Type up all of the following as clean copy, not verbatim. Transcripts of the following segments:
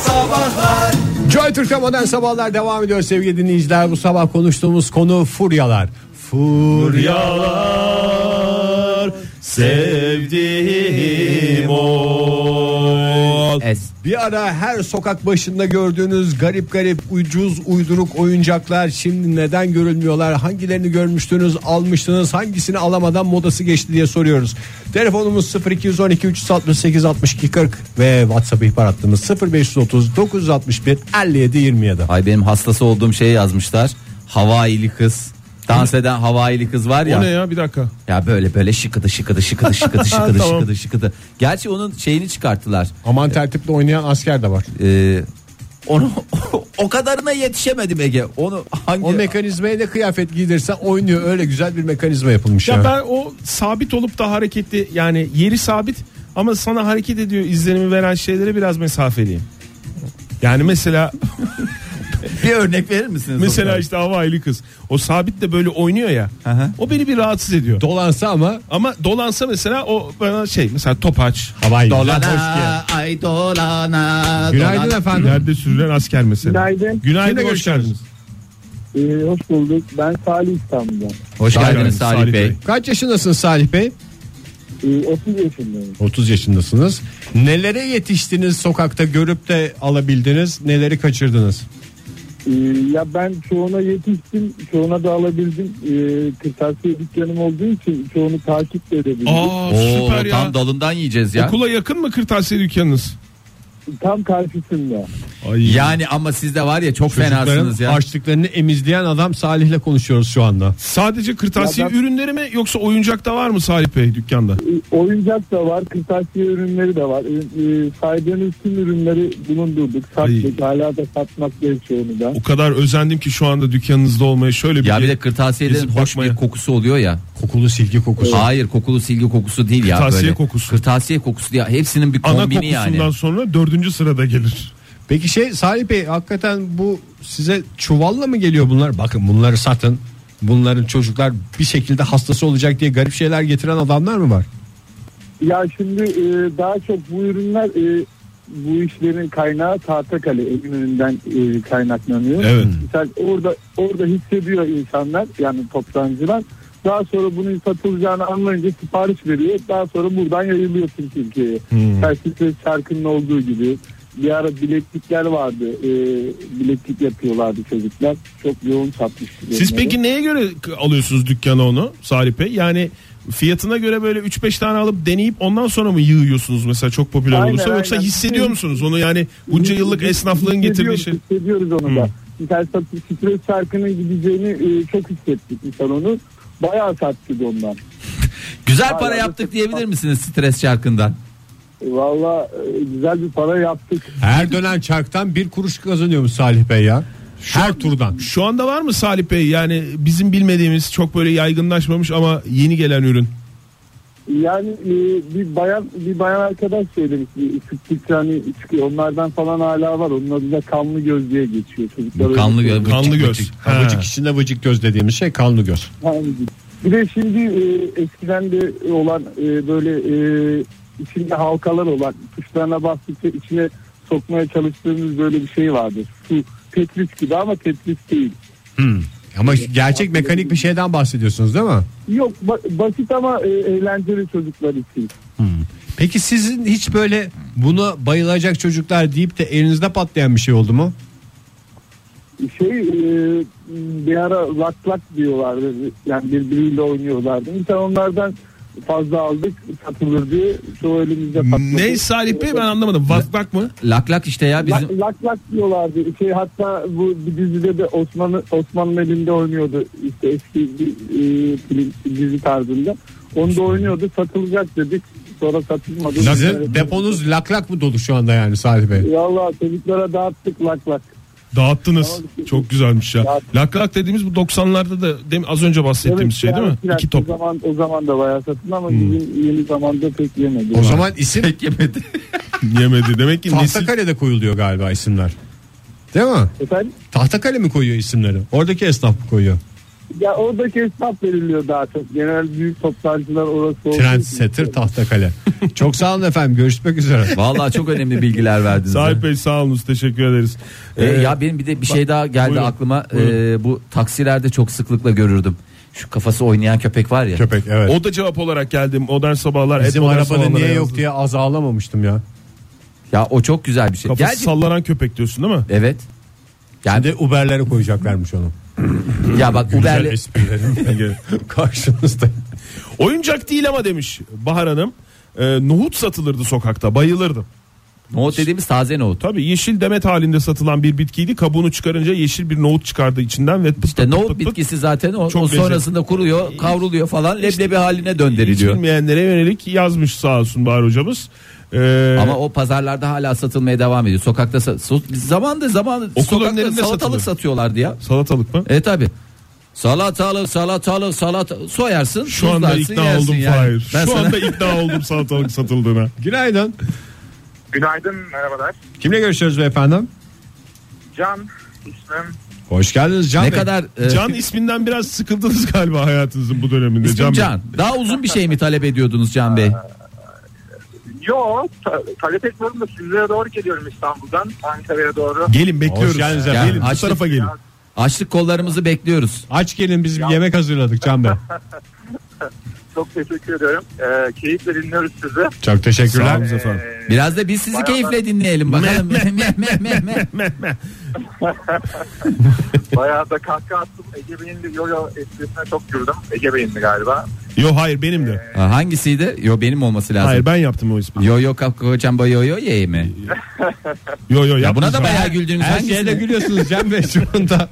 Sabahlar. Joy Türk'te modern sabahlar devam ediyor sevgili dinleyiciler. Bu sabah konuştuğumuz konu furyalar. Furyalar sevdiğim ol. Bir ara her sokak başında gördüğünüz garip ucuz uyduruk oyuncaklar şimdi neden görülmüyorlar? Hangilerini görmüştünüz, almıştınız, hangisini alamadan modası geçti diye soruyoruz. Telefonumuz 0212 368 62 40 ve WhatsApp ihbar hattımız 0530 961 57 27. Ay benim hastası olduğum şeyi yazmışlar. Havaili kız. Dans eden Havaili kız var ya. O ne ya, bir dakika. Ya böyle şıkıdı. Gerçi onun şeyini çıkarttılar. Aman tertiple oynayan asker de var. Onu o kadarına yetişemedim Ege. Onu hangi o mekanizmaya ne kıyafet giydirsen oynuyor, öyle güzel bir mekanizma yapılmış ya. Ya ben o sabit olup da hareketli, yani yeri sabit ama sana hareket ediyor izlenimi veren şeylere biraz mesafeliyim. Yani mesela bir örnek verir misiniz? Mesela işte Havaili kız. O sabit de böyle oynuyor ya. Aha. O beni bir rahatsız ediyor. Dolansa ama dolansa mesela o bana mesela topaç. Havaili. Dolana, ay dolana. Günaydın dolana. efendim. Nerede sürülen asker mesela. Günaydın. Günaydın, hoş geldiniz. Hoş bulduk. Ben Salih İstanbul'dan. Hoş geldiniz Salih Bey. Kaç yaşındasınız Salih Bey? 30 yaşındayım. 30 yaşındasınız. Nelere yetiştiniz sokakta, görüp de alabildiniz, neleri kaçırdınız? Ya ben çoğuna yetiştim, çoğuna da alabildim. Kırtasiye dükkanım olduğu için çoğunu takip de edebildim. Süper ya. Tam dalından yiyeceğiz ya. Okula yakın mı kırtasiye dükkanınız? Tam karşısında. Yani ama siz de var ya çok fenasınız ya. Harçlıklarını emizleyen adam Salih'le konuşuyoruz şu anda. Sadece kırtasiye ürünleri mi yoksa oyuncak da var mı Salih Bey dükkanda? Oyuncak da var, kırtasiye ürünleri de var. Saydığınız tüm ürünleri bulundurduk, sattık. Hala da satmak gerekiyor onu da. O kadar özendim ki şu anda dükkanınızda olmaya, şöyle bir ya bir de kırtasiyelerin hoş bir kokusu oluyor ya. Kokulu silgi kokusu. Hayır, kokulu silgi kokusu değil ya. Kırtasiye böyle. kokusu. Kırtasiye kokusu ya, hepsinin bir kombini yani. Ana kokusundan sonra 4. sırada gelir. Peki Salih Bey, hakikaten bu size çuvalla mı geliyor bunlar? Bakın bunları satın. Bunların çocuklar bir şekilde hastası olacak diye garip şeyler getiren adamlar mı var? Ya şimdi daha çok bu ürünler bu işlerin kaynağı Tahtakale, Eminönü'nden kaynaklanıyor. Evet. Mesela orada hissediyor insanlar, yani toptancılar. Daha sonra bunun satılacağını anlayınca sipariş veriyor. Daha sonra buradan yayılıyor tüm Türkiye'ye. Stres şarkının olduğu gibi. Bir ara bileklikler vardı. Bileklik yapıyorlardı çocuklar. Çok yoğun satmıştı. Siz peki neye göre alıyorsunuz dükkana onu Salih Bey? Yani fiyatına göre böyle 3-5 tane alıp deneyip ondan sonra mı yığıyorsunuz mesela, çok popüler olursa? Yoksa hissediyor musunuz onu, yani bunca yıllık esnaflığın getirdiği şey? Hissediyoruz onu da. Mesela stres şarkının gideceğini çok hissettik mesela onu. Bayağı sattık ondan. Güzel para yaptık diyebilir misiniz stres şarkından? Valla güzel bir para yaptık. Her dönen çarktan 1 kuruş kazanıyormuş Salih Bey ya. Her turdan. Şu anda var mı Salih Bey, yani bizim bilmediğimiz, çok böyle yaygınlaşmamış ama yeni gelen ürün? Yani bir bayan arkadaş söylemiş, sıktıkça hani çıkıyor, onlardan falan hala var. Onun adı da kanlı göz diye geçiyor. Kanlı göz. Kanlı göz. Vıcık içinde vıcık göz dediğimiz şey kanlı göz. Bir de şimdi eskiden de olan böyle içinde halkalar olan, tuşlarına bastıkça içine sokmaya çalıştığımız böyle bir şey vardır. Su, Tetris gibi ama Tetris değil. Ama gerçek mekanik bir şeyden bahsediyorsunuz değil mi? Yok, basit ama eğlenceli çocuklar için. Peki sizin hiç böyle buna bayılacak çocuklar deyip de elinizde patlayan bir şey oldu mu? Bir ara lak diyorlardı. Yani birbiriyle oynuyorlardı. Mesela onlardan fazla aldık, satılır diye. Çoğu elimizde patladı. Ne Salih Bey, ben anlamadım. Lak mı? Lak işte ya bizim. Lak diyorlardı. Hatta bu bir dizide de Osman'ın elinde oynuyordu. İşte eski bir film dizi tarzında. Onda oynuyordu. Satılacak dedik. Sonra satılmadı. Sizin deponuz lak mı dolu şu anda yani Salih Bey? Vallahi çocuklara dağıttık lak. Dağıttınız. Çok güzelmiş ya. Lak dediğimiz bu 90'larda da az önce bahsettiğimiz şey değil mi? İki top. O zaman da bayağı satıldı ama bizim yeni zamanda pek yemedi. O zaman isim pek yemedi. Yemedi. Demek ki Tahtakale'de koyuluyor galiba isimler. Değil mi? Efendim? Tahtakale mi koyuyor isimleri? Oradaki esnaf mı koyuyor? Ya oradaki esnaf veriliyor daha çok. Genel büyük toptancılar orası olduğu için. Trendsetter Tahtakale. Çok sağ olun efendim. Görüşmek üzere. Vallahi çok önemli bilgiler verdiniz. Sahip Bey sağ olun, teşekkür ederiz. Ya benim bir de bir şey daha geldi buyurun, aklıma. Bu taksilerde çok sıklıkla görürdüm. Şu kafası oynayan köpek var ya. Köpek, evet. O da cevap olarak geldi. Modern Sabahlar. Bizim Modern arabada Sabahlar'a niye yazdı. yok diye az ağlamamıştım ya. Ya o çok güzel bir şey. Kafası Gerçi- sallanan köpek diyorsun değil mi? Evet. Yani Şimdi Uber'lere koyacaklarmış onu. ya bak Güzel Uber'le esprilerin karşınızda. Oyuncak değil ama demiş Bahar Hanım. Nohut satılırdı sokakta, bayılırdım. nohut dediğimiz taze nohut. Tabii yeşil demet halinde satılan bir bitkiydi. Kabuğunu çıkarınca yeşil bir nohut çıkardı içinden ve pıt İşte pıt pıt nohut pıt pıt. bitkisi zaten o Çok sonrasında kuruyor, kavruluyor falan, leblebi haline Hiç döndürülüyor. bilmeyenlere yönelik yazmış sağ olsun Bahar hocamız. Ama o pazarlarda hala satılmaya devam ediyor. Sokakta zamanında Okul sokakta önlerinde salatalık satılır. satıyorlardı ya. Salatalık mı? Tabi. Salatalık soyarsın. Şu anda tuzlarsın, ikna yersin oldum yani. Fahir. Ben Şu sana- anda ikna oldum salatalık satıldığına. Günaydın. Günaydın, merhabalar. Kimle görüşüyoruz beyefendi? Can ismim. Hoş geldiniz Can ne Bey. kadar Can isminden biraz sıkıldınız galiba hayatınızın bu döneminde. İsmim Bey. Can. Daha uzun bir şey mi talep ediyordunuz Can Bey? Yo, talep etmiyorum da sizlere doğru geliyorum İstanbul'dan Ankara'ya doğru. Gelin bekliyoruz. Hoş geldiniz efendim. Gelin bu Açtık. tarafa gelin. Açlık kollarımızı bekliyoruz. Aç gelin, biz bir yemek hazırladık Can Bey. Çok teşekkür ediyorum. Keyifle dinliyoruz sizi. Çok Sağ teşekkürler. olun efendim. Biraz da biz sizi Bayağı keyifle dinleyelim bakalım. Bayağı da kahkaha attım. Ege Bey'in yo esprisine çok güldüm. Ege Bey'indi galiba. Yo hayır benim de. Hangisiydi? Yo benim olması lazım. Hayır ben yaptım o ismi. Yo hocam yo ye mi? Yo Ya buna da yapmayacağım. bayağı güldünüz. Her şeye de Hangisini? gülüyorsunuz Can Bey şu anda.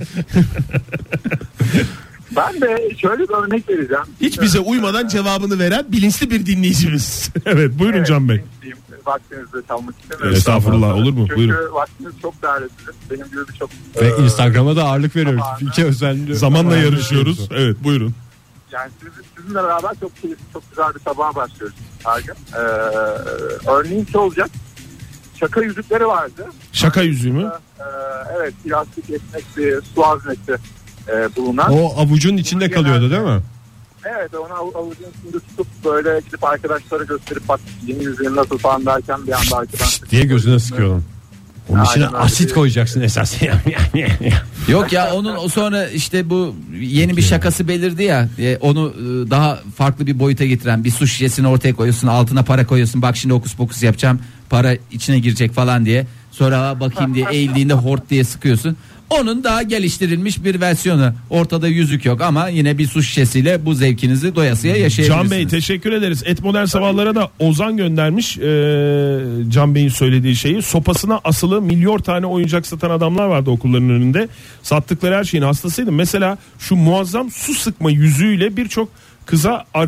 Ben de şöyle bir örnek vereceğim. Hiç bize uymadan cevabını veren bilinçli bir dinleyicimiz. Evet buyurun Can Bey. Vaktinizi çalmak istemiyorum. Estağfurullah, olur mu? Çünkü Buyurun. vaktiniz çok değerli sizin. Benim gibi birçok... Ve Instagram'a da ağırlık veriyoruz. İki özelliği. Zamanla yarışıyoruz. Evet buyurun. Yani sizinle beraber çok keyifli, çok güzel bir sabaha başlıyoruz her gün. Örneğin şu olacak. Şaka yüzükleri vardı. Şaka yüzüğü mü? Evet, plastik esnek bir su haznesi bulunan. O avucun içinde kalıyordu değil mi? Evet, onu avucun içinde tutup böyle gidip arkadaşlara gösterip bak yeni yüzüğüm nasıl falan derken bir anda arkadan... Diye gözüne sıkıyordum. Onun içine Aynen öyle. asit koyacaksın esas. Yok ya onun sonra işte bu yeni bir şakası belirdi ya, onu daha farklı bir boyuta getiren bir su şişesini ortaya koyuyorsun, altına para koyuyorsun, bak şimdi hokus pokus yapacağım, para içine girecek falan diye, sonra bakayım diye eğildiğinde hort diye sıkıyorsun. Onun daha geliştirilmiş bir versiyonu. Ortada yüzük yok ama yine bir su şişesiyle bu zevkinizi doyasıya yaşayabilirsiniz. Can Bey teşekkür ederiz. Modern Sabahlara da Ozan göndermiş Can Bey'in söylediği şeyi. Sopasına asılı milyon tane oyuncak satan adamlar vardı okulların önünde. Sattıkları her şeyin hastasıydım. Mesela şu muazzam su sıkma yüzüğüyle birçok kız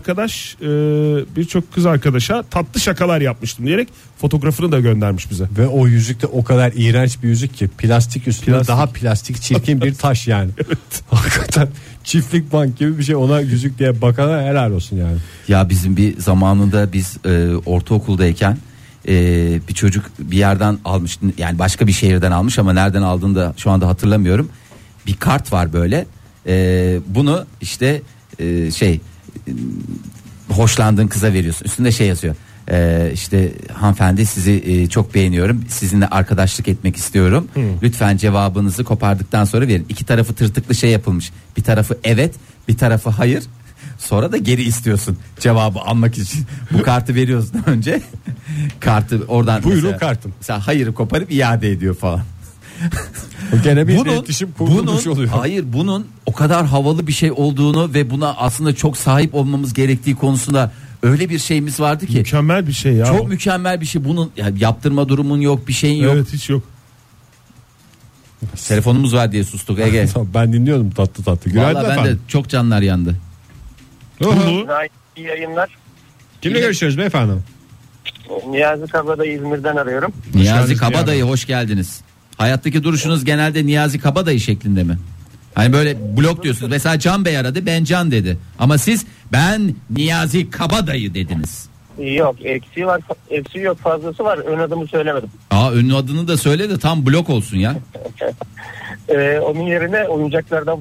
arkadaşa tatlı şakalar yapmıştım diyerek fotoğrafını da göndermiş bize. Ve o yüzük de o kadar iğrenç bir yüzük ki plastik üstünde Plastik. daha plastik çirkin bir taş yani. Hakikaten çiftlik bank gibi bir şey, ona yüzük diye bakana helal olsun yani. Ya bizim bir zamanında biz ortaokuldayken bir çocuk bir yerden almış, yani başka bir şehirden almış ama nereden aldığını da şu anda hatırlamıyorum. Bir kart var böyle, bunu işte hoşlandığın kıza veriyorsun, üstünde şey yazıyor. İşte hanımefendi sizi çok beğeniyorum, sizinle arkadaşlık etmek istiyorum, lütfen cevabınızı kopardıktan sonra verin. İki tarafı tırtıklı şey yapılmış, bir tarafı evet bir tarafı hayır, sonra da geri istiyorsun cevabı almak için. Bu kartı veriyorsun önce kartı oradan Buyurun mesela, kartım. mesela hayırı koparıp iade ediyor falan. Gene bir iletişim kurulmuş oluyor. Hayır, bunun o kadar havalı bir şey olduğunu ve buna aslında çok sahip olmamız gerektiği konusunda öyle bir şeyimiz vardı ki. Mükemmel bir şey ya. Çok mükemmel bir şey. Bunun yaptırma durumun yok, bir şeyin yok. Evet hiç yok. Telefonumuz var diye sustuk Ege. Ben dinliyordum tatlı tatlı. Günaydın Vallahi ben de efendim. çok canlar yandı. Kulu. İyi yayınlar. Kimle görüşüyoruz beyefendi? Niyazi Kabada İzmir'den arıyorum. Niyazi geldiniz Kabadayı, hoş geldiniz. Hayattaki duruşunuz genelde Niyazi Kabadayı şeklinde mi? Hani böyle blok diyorsunuz. Mesela Can Bey aradı, ben Can dedi. Ama siz ben Niyazi Kabadayı dediniz. Yok, eksiği yok, fazlası var. Ön adımı söylemedim. Ön adını da söyle de tam blok olsun ya. Onun yerine oyuncaklardan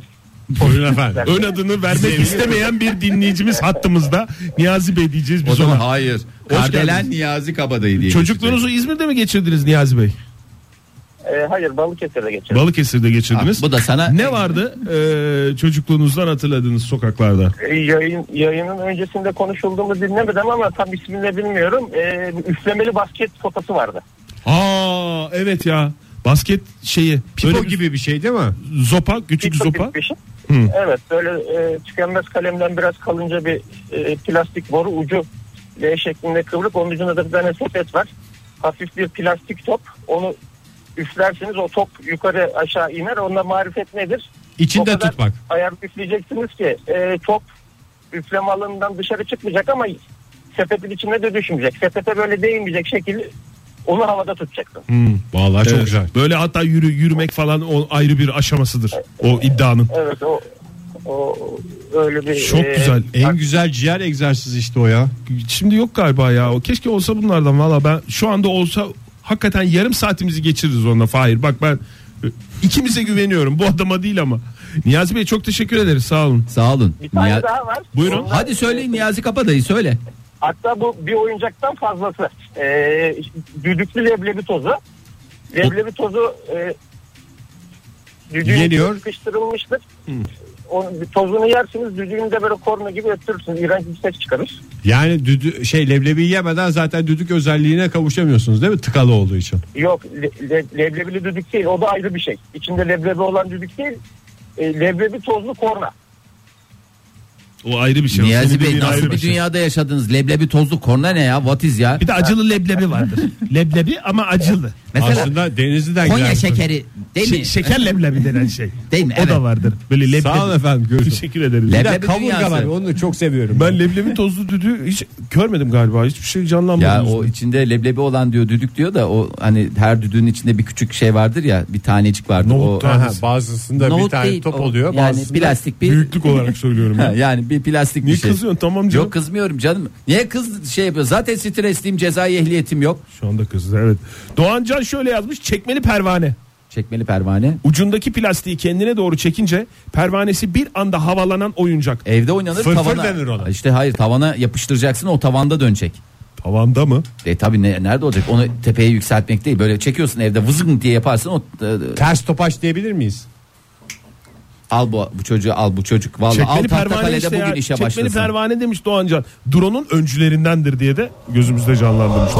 Buyurun efendim. Ön adını vermek istemeyen bir dinleyicimiz hattımızda. Niyazi Bey diyeceğiz biz O zaman ona. hayır. Kardelen Niyazi Kabadayı diye. Çocukluğunuzu İzmir'de mi geçirdiniz Niyazi Bey? Hayır, Balıkesir'de geçirdim. Balıkesir'de geçirdiniz. Bu da sana ne vardı çocukluğunuzdan hatırladığınız sokaklarda? Yayının öncesinde konuşulduğumu dinlemedim ama tam ismini bilmiyorum. Üflemeli basket sopası vardı. Aa evet ya. Basket şeyi. Pipo gibi bir şey değil mi? Zopa, küçük zopa. Evet, böyle tükenmez kalemden biraz kalınca bir plastik boru, ucu L şeklinde kıvrık, onun ucunda da bir tane sepet var. Hafif bir plastik top, onu üflersiniz, o top yukarı aşağı iner. Onda marifet nedir? İçinde tutmak. Ayar üfleyeceksiniz ki top üfleme alanından dışarı çıkmayacak ama sepetin içinde de düşmeyecek. Sepete böyle değmeyecek şekilde onu havada tutacaksın. Vallahi çok güzel. Böyle hatta yürümek falan o ayrı bir aşamasıdır o iddianın. Evet, o öyle bir çok güzel. En güzel ciğer egzersizi işte o ya. Şimdi yok galiba ya. O keşke olsa bunlardan. Valla ben şu anda olsa hakikaten yarım saatimizi geçiririz onunla. Fahir bak, ben ikimize güveniyorum. Bu adama değil ama. Niyazi Bey çok teşekkür ederiz. Sağ olun. Sağ olun. Bir tane daha var. Buyurun. Ondan, Hadi söyleyin Niyazi Kabadayı söyle. Hatta bu bir oyuncaktan fazlası. Düdüklü leblebi tozu. Leblebi tozu düdüğün sıkıştırılmıştır. Onun tozunu yersiniz, düdüğünü de böyle korna gibi öttürürsünüz. İğrenç bir ses çıkarır. Yani leblebi yemeden zaten düdük özelliğine kavuşamıyorsunuz değil mi? Tıkalı olduğu için. Yok, leblebili düdük değil. O da ayrı bir şey. İçinde leblebi olan düdük değil. Leblebi tozlu korna. O ayrı bir şey. Niyazi Bey nasıl bir şey. dünyada yaşadınız? Leblebi tozlu korna ne ya? What is ya? Bir de acılı leblebi vardır. Leblebi ama acılı. Mesela aslında Denizli'den Konya gelen şekeri değil mi? Şeker leblebi denen şey. Değil mi? O da vardır. Böyle leblebi. Sağ olun efendim. Görüşürüz. Teşekkür ederim. Bir de Leblebi kaburga dünyası. var. Onu da çok seviyorum. Ben leblebi tozlu düdüğü hiç görmedim galiba. Hiçbir şey canlanmadı. Ya o içinde leblebi olan diyor, düdük diyor da o hani her düdüğün içinde bir küçük şey vardır ya, bir tanecik vardır. Nohut o tanesi. Bazısında bir Nohut tane değil, top o oluyor. yani Bazısında plastik bir büyüklük olarak söylüyorum. Ha, yani bir plastik Niye bir şey. kızıyorsun? Tamam canım. Yok kızmıyorum canım. Niye kız şey yapıyor? Zaten stresliyim, cezai ehliyetim yok. Şu anda kızdı, evet. Doğancan şöyle yazmış: çekmeli pervane. Çekmeli pervane. Ucundaki plastiği kendine doğru çekince pervanesi bir anda havalanan oyuncak. Evde oynanır, Fırfır tavana. denir ona. İşte hayır, tavana yapıştıracaksın, o tavanda dönecek. Tavanda mı? Tabii nerede olacak? Onu tepeye yükseltmek değil. Böyle çekiyorsun evde, vızın diye yaparsın. O ters topaç diyebilir miyiz? al bu çocuğu, al bu çocuk. Vallahi al Tahtakale'de işte bugün ya. işe Çekmeli başlasın. pervane demiş Doğancan. Drone'un öncülerindendir diye de gözümüzde canlandırmış.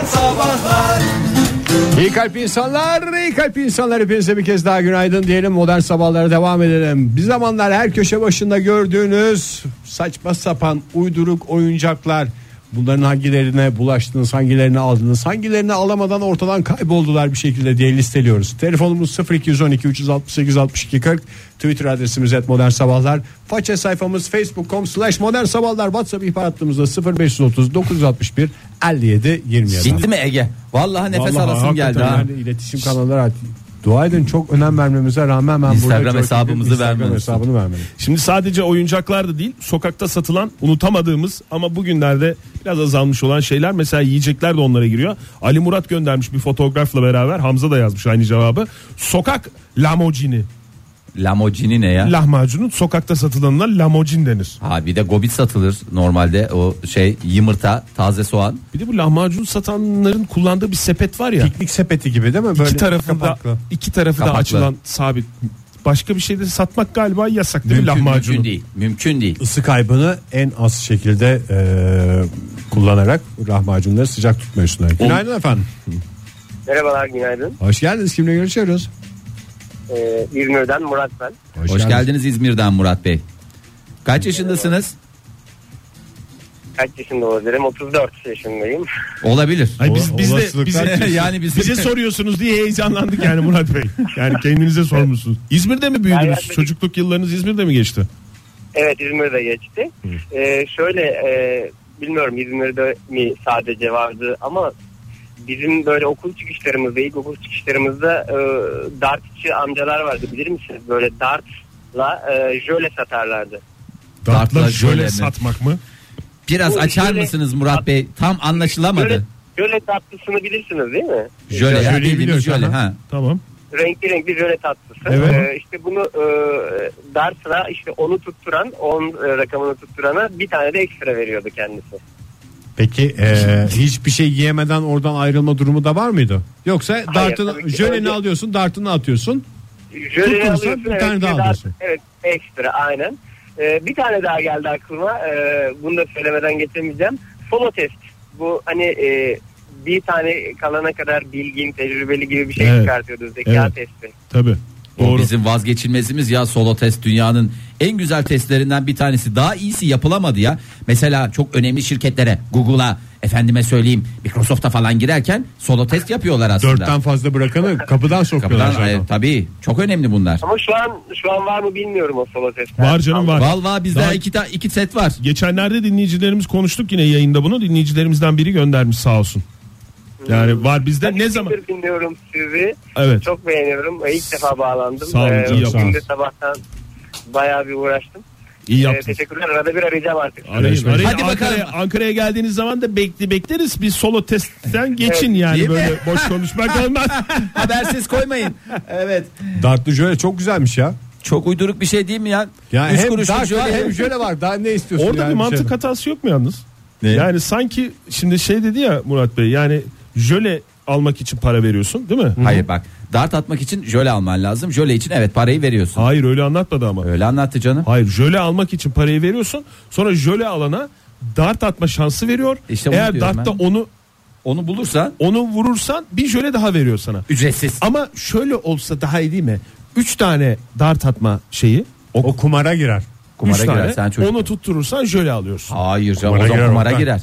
İyi kalp insanlar, hepinize bir kez daha günaydın diyelim. Modern sabahlara devam edelim. Bir zamanlar her köşe başında gördüğünüz saçma sapan uyduruk oyuncaklar, bunların hangilerine bulaştınız, hangilerini aldınız, hangilerini alamadan ortadan kayboldular bir şekilde diye listeliyoruz. Telefonumuz 0212 368 62 40, Twitter adresimiz @modernsabahlar, faça sayfamız facebook.com/modernsabahlar, WhatsApp ihbar hattımızda 0530 961 57 27. Bitti mi Ege? Vallahi nefes Vallahi alasım geldi ha. yani iletişim kanalları dua edin, çok önem vermemize rağmen ben Instagram burada hesabımızı Instagram hesabını vermedim. Şimdi sadece oyuncaklar da değil, sokakta satılan unutamadığımız ama bugünlerde biraz azalmış olan şeyler, mesela yiyecekler de onlara giriyor. Ali Murat göndermiş bir fotoğrafla beraber, Hamza da yazmış aynı cevabı. Sokak lamocini. Lamocini ne ya? Lahmacunun sokakta satılanına lamocin denir. Ha bir de gobit satılır normalde, o şey yumurta, taze soğan. Bir de bu lahmacun satanların kullandığı bir sepet var ya. Piknik sepeti gibi değil mi? Böyle iki tarafı da Kapaklı. açılan sabit. Başka bir şey de satmak galiba yasak değil mi lahmacunu? Mümkün değil. Isı kaybını en az şekilde kullanarak lahmacunları sıcak tutmuyorsunuz. Günaydın efendim. Merhabalar, günaydın. Hoş geldiniz. Kimle görüşüyoruz? İzmir'den Murat ben. Hoş geldiniz İzmir'den Murat Bey. Kaç yaşındasınız? Kaç yaşında olabilirim? 34 yaşındayım. Olabilir. Ay bize yani bize soruyorsunuz diye heyecanlandık yani Murat Bey. Yani kendinize sormuşsunuz. İzmir'de mi büyüdünüz? Yani, çocukluk yıllarınız İzmir'de mi geçti? Evet, İzmir'de geçti. Bilmiyorum İzmir'de mi sadece vardı ama bizim böyle okul çıkışlarımızda, ilkokul çıkışlarımızda dartçı amcalar vardı, bilir misiniz? Böyle dartla jöle satarlardı. Dartla jöle jöle mi? satmak mı? Biraz Bu açar jöle- mısınız Murat Bey? Tam anlaşılamadı. Jöle tatlısını bilirsiniz değil mi? Jöle, Jöleyi bildiğimiz biliyoruz, jöle. aha. Ha. Tamam. renkli jöle tatlısı. Evet. İşte bunu dartla işte onu tutturan, 10 rakamını tutturana bir tane de ekstra veriyordu kendisi. Peki hiçbir şey yiyemeden oradan ayrılma durumu da var mıydı? Yoksa dartını, jöleni alıyorsun, dartını atıyorsun. Jöleni alıyorsun, bir tane daha alıyorsun. Evet, ekstra aynen. Bir tane daha geldi aklıma. Bunu da söylemeden geçemeyeceğim. Solo test. Bu hani bir tane kalana kadar bilgin, tecrübeli gibi bir şey çıkartıyordu. Zeka testi. Tabii. O bizim vazgeçilmezimiz ya, solo test dünyanın en güzel testlerinden bir tanesi. Daha iyisi yapılamadı ya. Mesela çok önemli şirketlere, Google'a, efendime söyleyeyim Microsoft'a falan girerken solo test yapıyorlar aslında. 4'ten fazla bırakanı kapıdan sokuyorlar. Tabii çok önemli bunlar. Ama şu an var mı bilmiyorum o solo test. Var canım, var. Vallahi bizde iki set var. Geçenlerde dinleyicilerimiz konuştuk yine yayında bunu. Dinleyicilerimizden biri göndermiş sağ olsun. Yani var bizde. Ne zaman? Dinliyorum sizi. Evet. Çok beğeniyorum. İlk defa bağlandım. Sağ olun. Bugün de sabahtan bayağı bir uğraştım. İyi yaptın. Teşekkürler. Arada bir arayacağım artık. Arayın. Hadi bakalım. Ankara'ya geldiğiniz zaman da bekleriz. Bir solo testten geçin yani. Değil Böyle mi? boş konuşmak olmaz. Habersiz koymayın. Evet. Dartlı jöle çok güzelmiş ya. Çok uyduruk bir şey değil mi ya? Yani hem kuruşluk dart var hem jöle var. Daha ne istiyorsun? Orada yani bir mantık şeyden? hatası yok mu yalnız? Ne? Yani sanki şimdi şey dedi ya Murat Bey, yani jöle almak için para veriyorsun değil mi? Hayır bak, dart atmak için jöle alman lazım. Jöle için evet parayı veriyorsun. Hayır, öyle anlatmadı ama. Öyle anlattı canım. Hayır, jöle almak için parayı veriyorsun. Sonra jöle alana dart atma şansı veriyor. İşte onu eğer diyorum dartta ben. Onu bulursan onu vurursan bir jöle daha veriyor sana. ücretsiz. Ama şöyle olsa daha iyi değil mi? 3 tane dart atma şeyi. O kumara girer. Kumara Üç girer tane, sen çocuk. Onu tutturursan jöle alıyorsun. Hayır canım, Kumara o zaman girer, kumara Oktay. girer.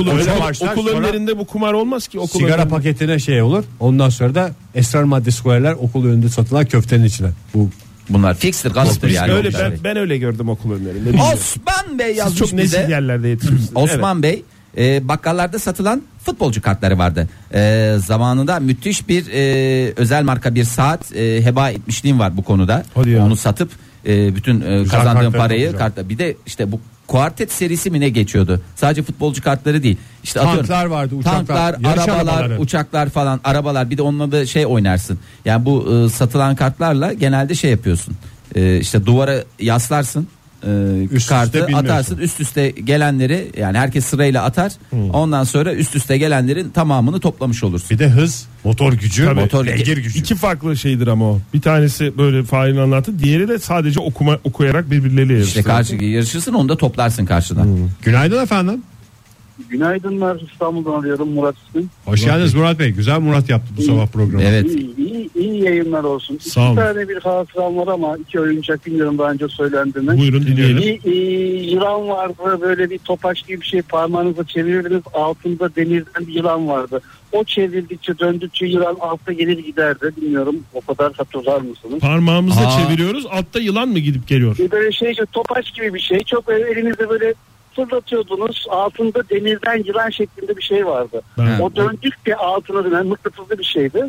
Okul önlerinde bu kumar olmaz ki. Okul Sigara önlerinde. paketine şey olur. Ondan sonra da esrar maddesi koyarlar okul önünde satılan köftenin içine. Bu Bunlar fikstir, kalıptır Biz yani. öyle, ben öyle gördüm okul önlerinde. Bilmiyorum. Osman Bey Siz yazmış çok nezih bize. yerlerde yetişmişsiniz. Osman Bey bakkallarda satılan futbolcu kartları vardı. Zamanında müthiş bir özel marka bir saat heba etmişliğim var bu konuda. Hadi ya. Onu satıp bütün kazandığım kartlar parayı yapacağım. kartla. Bir de işte bu kuartet serisi mi ne geçiyordu? Sadece futbolcu kartları değil. İşte tanklar vardı, uçaklar, tanklar, yarış arabalar, arabaları. uçaklar falan, arabalar. Bir de onunla da şey oynarsın. Yani bu satılan kartlarla genelde şey yapıyorsun. İşte duvara yaslarsın. Üst Kartı üste bilmiyorsun. atarsın, üst üste gelenleri, yani herkes sırayla atar. Ondan sonra üst üste gelenlerin tamamını toplamış olursun. bir de hız, motor gücü, Tabii. beygir gücü. İki farklı şeydir ama o. Bir tanesi böyle Fahir'in anlattı. Diğeri de sadece okuyarak birbirleriyle yarışır. İşte karşı yarışırsın, onu da toplarsın karşıdan. Günaydın efendim. Günaydınlar, İstanbul'dan arıyorum, Murat ismim. Hoş geldiniz Murat Bey. Güzel Murat yaptı bu sabah programı. Evet. İyi yayınlar olsun. Sağ olun. İki tane bir hatıram var ama iki oyuncak, bilmiyorum daha önce söylendi mi? Buyurun dinleyelim. Bir yılan vardı, böyle bir topaç gibi bir şey, parmağınızla çevirirdiniz, altında demirden bir yılan vardı. O çevrildikçe, döndükçe yılan altta gelir giderdi, bilmiyorum o kadar hatırlar mısınız? Parmağımızla çeviriyoruz. Altta yılan mı gidip geliyor? Böyle şey, topaç gibi bir şey, çok böyle elinizde böyle fırlatıyordunuz, altında demirden yılan şeklinde bir şey vardı. Ben- O döndükçe altına dönen mıknatıslı bir şeydi.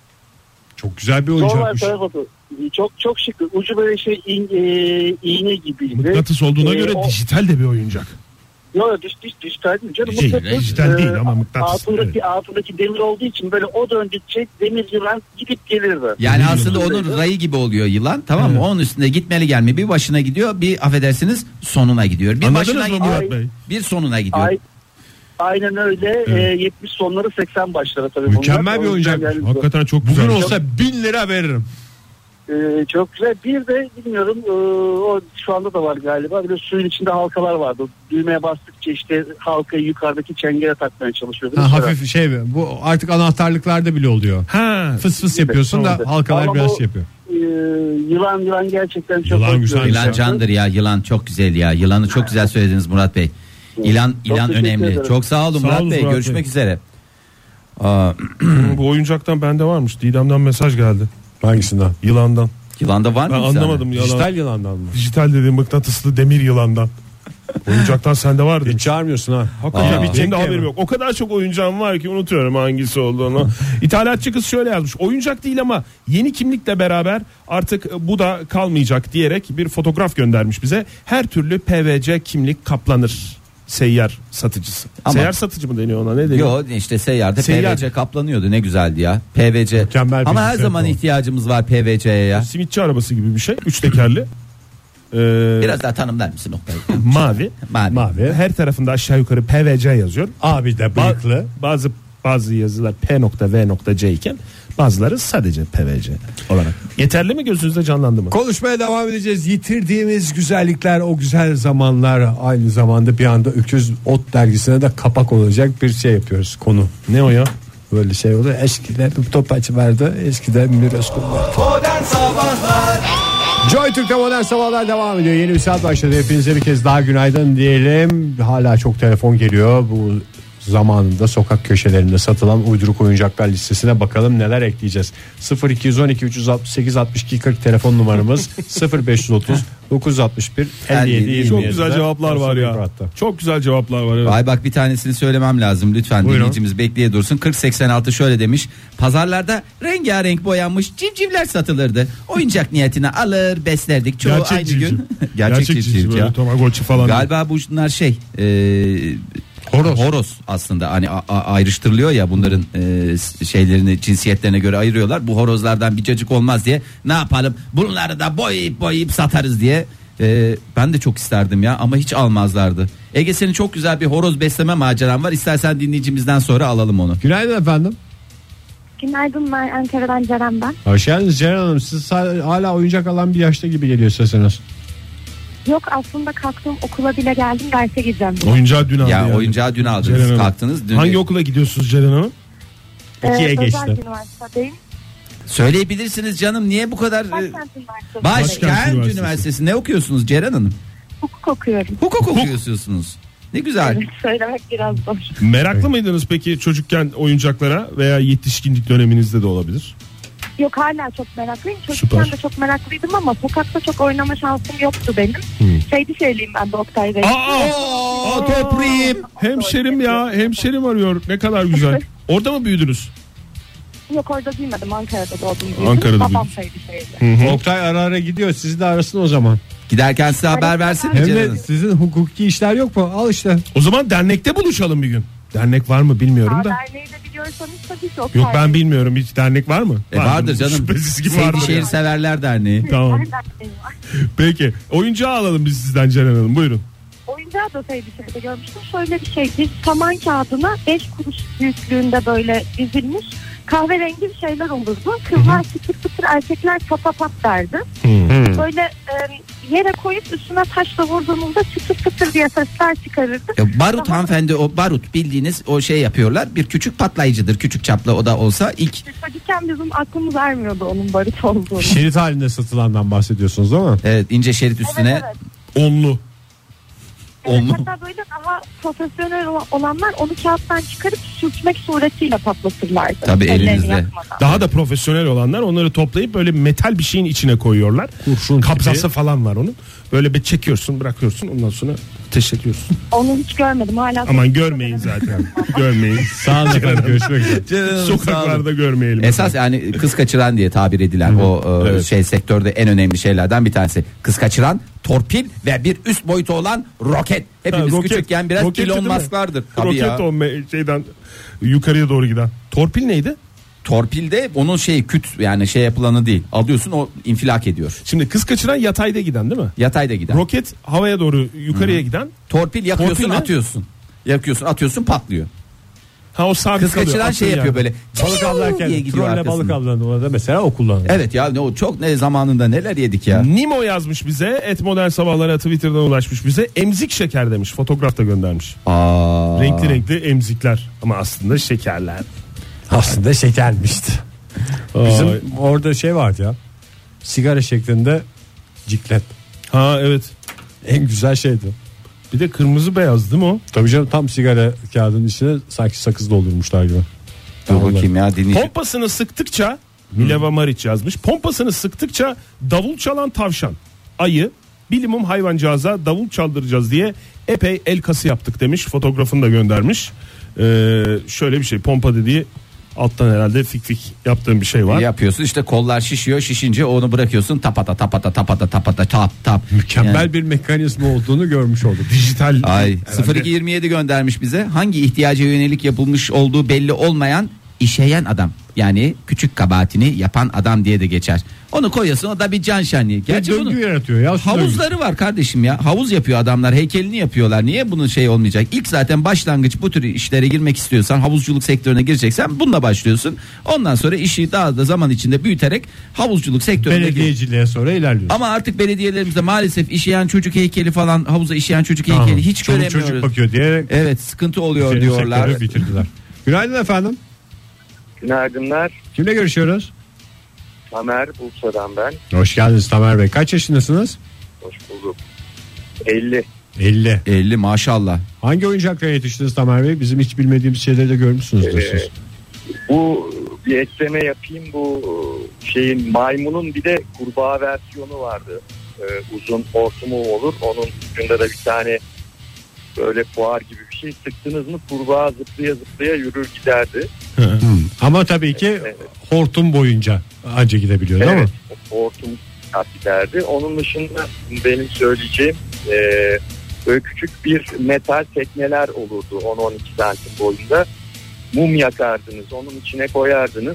Çok güzel bir Normal oyuncakmış. tarafa çok şık. Ucu böyle şey iğne gibiydi. Mıknatıs olduğuna göre o- dijital de bir oyuncak. Yok, dijital değil canım. Şey, Mıknatıs, dijital değil ama mıknatıs, altındaki demir olduğu için böyle o döndükçe demir yılan gidip gelirdi. Yani aslında onun rayı gibi oluyor yılan, tamam mı? Onun üstünde gitmeli gelme, bir başına gidiyor, bir affedersiniz sonuna gidiyor. Bir Anladınız başına mı Murat gidiyor, Bey? bir sonuna gidiyor. Aynen öyle. 70 sonları 80 başları tabii. Mükemmel bunlar. bir O yüzden oyuncak. yani- Hakikaten çok güzel. Bugün olsa 1000 lira veririm. Çok güzel. Bir de bilmiyorum, o şu anda da var galiba. Bir de suyun içinde halkalar vardı. Düğmeye bastıkça işte halkayı yukarıdaki çengele takmaya çalışıyorduk. Hafif şey bu artık anahtarlıklarda bile oluyor. Ha. Fıs fıs yapıyorsun da halkalar Ama biraz bu- şey yapıyor. Yılan gerçekten çok Yılan hoş güzel. bir Yılan oyuncak. candır ya, yılan çok güzel ya. Yılanı çok güzel söylediniz Murat Bey. İlan teşekkür önemli. ederim. Çok sağ olun Sağ Murat olun Bey. Murat Görüşmek Bey. üzere. Bu oyuncaktan bende varmış. Didem'den mesaj geldi. Hangisinden? Yılandan. Yılanda var mı? Ben bir tane? anlamadım yalan. Dijital yılandan mı? Dijital dediğim mıknatıslı demir yılandan. Oyuncaktan sende vardı. Hiç çağırmıyorsun ha. Hakikaten Aa. benim de Cenk haberim mi? yok. O kadar çok oyuncağım var ki unutuyorum hangisi olduğunu. İthalatçı kız şöyle yazmış. Oyuncak değil ama yeni kimlikle beraber artık bu da kalmayacak diyerek bir fotoğraf göndermiş bize. Her türlü PVC kimlik kaplanır seyyar satıcısı. Ama- Seyyar satıcı mı deniyor ona, ne deniyor? Yo işte seyyarda Seyyar. PVC kaplanıyordu, ne güzeldi ya. PVC. Mükemmel bir Ama her hizmet zaman o. ihtiyacımız var PVC'ye ya. Simitçi arabası gibi bir şey. 3 tekerli. Biraz daha tanımlar mısın Oktay? Mavi. Mavi. Her tarafında aşağı yukarı PVC yazıyor. Abi de bıyıklı. Bazı yazılar P.V.C iken bazıları sadece PVC olarak. Yeterli mi, gözünüzde canlandı mı? Konuşmaya devam edeceğiz. Yitirdiğimiz güzellikler, o güzel zamanlar, aynı zamanda bir anda Öküz Ot dergisine de kapak olacak bir şey yapıyoruz, konu. Ne o ya? Böyle şey oldu. Eskiden bir topacı vardı. Eskiden Miros vardı. Modern Sabahlar. Joy Türk'te Modern Sabahlar devam ediyor. Yeni bir saat başladı. Hepinize bir kez daha günaydın diyelim. Hala çok telefon geliyor. Bu zamanında sokak köşelerinde satılan uyduruk oyuncaklar listesine bakalım neler ekleyeceğiz. 0212 368 62 40 telefon numaramız. 0530 961 57 27. Çok güzel cevaplar var ya. Çok güzel cevaplar var. Evet. Ay bak, bir tanesini söylemem lazım lütfen. Buyurun. Dinleyicimiz bekleye dursun. 4086 şöyle demiş: pazarlarda rengarenk boyanmış civcivler satılırdı. Oyuncak niyetine alır beslerdik çoğu Gerçek aynı civciv. gün. Gerçek civciv böyle ya. Tamagotchi falan. Galiba bunlar horoz aslında, hani ayrıştırılıyor ya, bunların şeylerini cinsiyetlerine göre ayırıyorlar. Bu horozlardan bir cacık olmaz diye ne yapalım, bunları da boyayıp satarız diye. Ben de çok isterdim ya, ama hiç almazlardı. Ege, senin çok güzel bir horoz besleme maceran var. İstersen dinleyicimizden sonra alalım onu. Günaydın efendim. Günaydın, ben Ankara'dan Ceren ben. Hoş geldiniz Ceren Hanım. Siz hala oyuncak alan bir yaşta gibi geliyor sesiniz. Yok, aslında kalktım, okula bile geldim, derse gideceğim. Oyuncağı dün aldı Ya yani. oyuncağı dün aldınız, Ceren Hanım. kalktınız. Dün Hangi okula gidiyorsunuz Ceren Hanım? İkiye geçti. Özel üniversitedeyim. Söyleyebilirsiniz canım, niye bu kadar? Başkent Üniversitesi'ndeyim. Başkent Üniversitesi. Üniversitesi. Ne okuyorsunuz Ceren Hanım? Hukuk okuyorum. Hukuk okuyorsunuz. Ne güzel. Evet, söylemek biraz zor. Meraklı mıydınız peki çocukken oyuncaklara, veya yetişkinlik döneminizde de olabilir? Yok, hala çok meraklıyım. Çocukken Süper. de çok meraklıydım ama sokakta çok oynama şansım yoktu benim. Şeyliyim ben de Oktay Bey. Aa, toprağım. Hemşerim ya, hemşerim arıyor. Ne kadar güzel. Orada mı büyüdünüz? Yok, orada büyümedim, Ankara'da doğdum. büyüdüm. Ankara'da Babam büyüdün. Oktay ara ara gidiyor. Sizi de arasın o zaman. Giderken size haber versin mi Hem Ceren de Hanım? sizin hukuki işler yok mu? Al işte. O zaman dernekte buluşalım bir gün. Dernek var mı bilmiyorum da. Derneği de biliyorsanız tabii ki Oktay Yok, ben Bey. bilmiyorum, hiç dernek var mı? Vardır canım. Şüphesiz ki vardır. Sevgişehir Severler Derneği. Tamam. Derneği var. Peki oyuncağı alalım biz sizden Ceren Hanım, buyurun. Oyuncağı da Seydişehir'de görmüştüm. Şöyle bir şey, bir saman kağıdına 5 kuruş büyüklüğünde böyle dizilmiş kahverengi bir şeyler olurdu. Kızlar pıtır pıtır, erkekler pata pat derdi. Böyle yere koyup üstüne taşla vurduğunuzda çıtır pıtır diye sesler çıkarırdı. Barut hanımefendi, o barut bildiğiniz o şey yapıyorlar. Bir küçük patlayıcıdır, küçük çaplı o da olsa ilk. Çocukken bizim aklımız ermiyordu onun barut olduğunu. Şerit halinde satılandan bahsediyorsunuz değil mi? Evet, ince şerit üstüne. Evet. Onlu. Evet, hatta böyle daha profesyonel olanlar onu kağıttan çıkarıp sürtmek suretiyle patlatırlardı. Tabii, Ellerini elinizle. yakmadan. Daha da profesyonel olanlar onları toplayıp böyle metal bir şeyin içine koyuyorlar. Kurşun Kabzası tipi. falan var onun. Böyle bir çekiyorsun, bırakıyorsun, ondan sonra ateş ediyorsun. Onu hiç görmedim hala. Aman görmeyin zaten. Görmeyin. Sağ olun efendim. Görüşmek üzere. Ceren Hanım, sağ olun. Sokaklarda görmeyelim. Esas yani kız kaçıran diye tabir edilen o Evet. şey, sektörde en önemli şeylerden bir tanesi. Kız kaçıran, torpil ve bir üst boyutu olan roket. Hepimiz küçükken biraz roketi Elon değil mi? Musk'lardır. Tabii Roket ya. o şeyden yukarıya doğru giden. Torpil neydi? Torpilde onun şeyi küt, yani şey yapılanı değil. Alıyorsun, o infilak ediyor. Şimdi kız kaçıran yatayda giden değil mi? Yatayda giden. Roket havaya doğru yukarıya giden. Torpil yakıyorsun, Torpil ne? atıyorsun. Yakıyorsun, atıyorsun, patlıyor. Ha, o sabit Kız kalıyor. kaçıran şey atıyor yapıyor yani. böyle. Balık diye avlarken gidiyor trolle arkasında. balık avlanıyor da mesela o kullanıyor. Evet ya, o çok ne zamanında neler yedik ya. Nimo yazmış bize. @modern sabahlara Twitter'dan ulaşmış bize. Emzik şeker demiş. Fotoğraf da göndermiş. Aa. Renkli renkli emzikler. Ama aslında şekerler. Aslında şekermişti. Bizim orada şey vardı ya. Sigara şeklinde ciklet. Ha evet. En güzel şeydi. Bir de kırmızı beyaz değil mi o? Tabii canım, tam sigara kağıdının içine sanki sakız doldurmuşlar gibi. Dur bakayım ya, dinleyici. Pompasını sıktıkça Mileva Maric yazmış. Pompasını sıktıkça davul çalan tavşan, ayı, bilimum hayvancağıza davul çaldıracağız diye epey el kası yaptık demiş. Fotoğrafını da göndermiş. Şöyle bir şey, pompa dediği Alttan herhalde fik fik yaptığım bir şey var. Yapıyorsun işte, kollar şişiyor, şişince onu bırakıyorsun, tapata tap. Mükemmel Yani. bir mekanizma olduğunu görmüş olduk. Dijital. Ay 0227 göndermiş bize. Hangi ihtiyaca yönelik yapılmış olduğu belli olmayan işeyen adam. Yani küçük kabahatini yapan adam diye de geçer. Onu koyuyorsun, o da bir can şenliği. Gerçi döngü bunu yaratıyor ya. havuzları var kardeşim ya. Havuz yapıyor adamlar, heykelini yapıyorlar. Niye bunun şey olmayacak? İlk zaten başlangıç bu tür işlere girmek istiyorsan, havuzculuk sektörüne gireceksen bununla başlıyorsun. Ondan sonra işi daha da zaman içinde büyüterek havuzculuk sektörüne belediyeciliğe sonra ilerliyorsun. Ama artık belediyelerimizde maalesef işeyen çocuk heykeli falan, havuza işeyen çocuk heykeli hiç göremiyoruz. Çocuk bakıyor diye. Evet, sıkıntı oluyor diyorlar. Bitirdiler. Günaydın efendim. Günaydınlar. Kimle görüşüyoruz? Tamer, Bursa'dan ben. Hoş geldiniz Tamer Bey. Kaç yaşındasınız? Hoş bulduk. 50. 50 maşallah. Hangi oyuncakla yetiştiniz Tamer Bey? Bizim hiç bilmediğimiz şeyleri de görmüşsünüzdür siz. Bu bir ekleme yapayım. Bu şeyin, maymunun bir de kurbağa versiyonu vardı. Uzun hortumu olur. Onun ucunda da bir tane böyle fuar gibi bir şey, sıktınız mı kurbağa zıplaya zıplaya yürür giderdi. Ama tabii ki hortum boyunca anca gidebiliyor değil mi? Hortum giderdi. Onun dışında benim söyleyeceğim böyle küçük bir metal tekneler olurdu 10-12 santim boyunda. Mum yakardınız, onun içine koyardınız.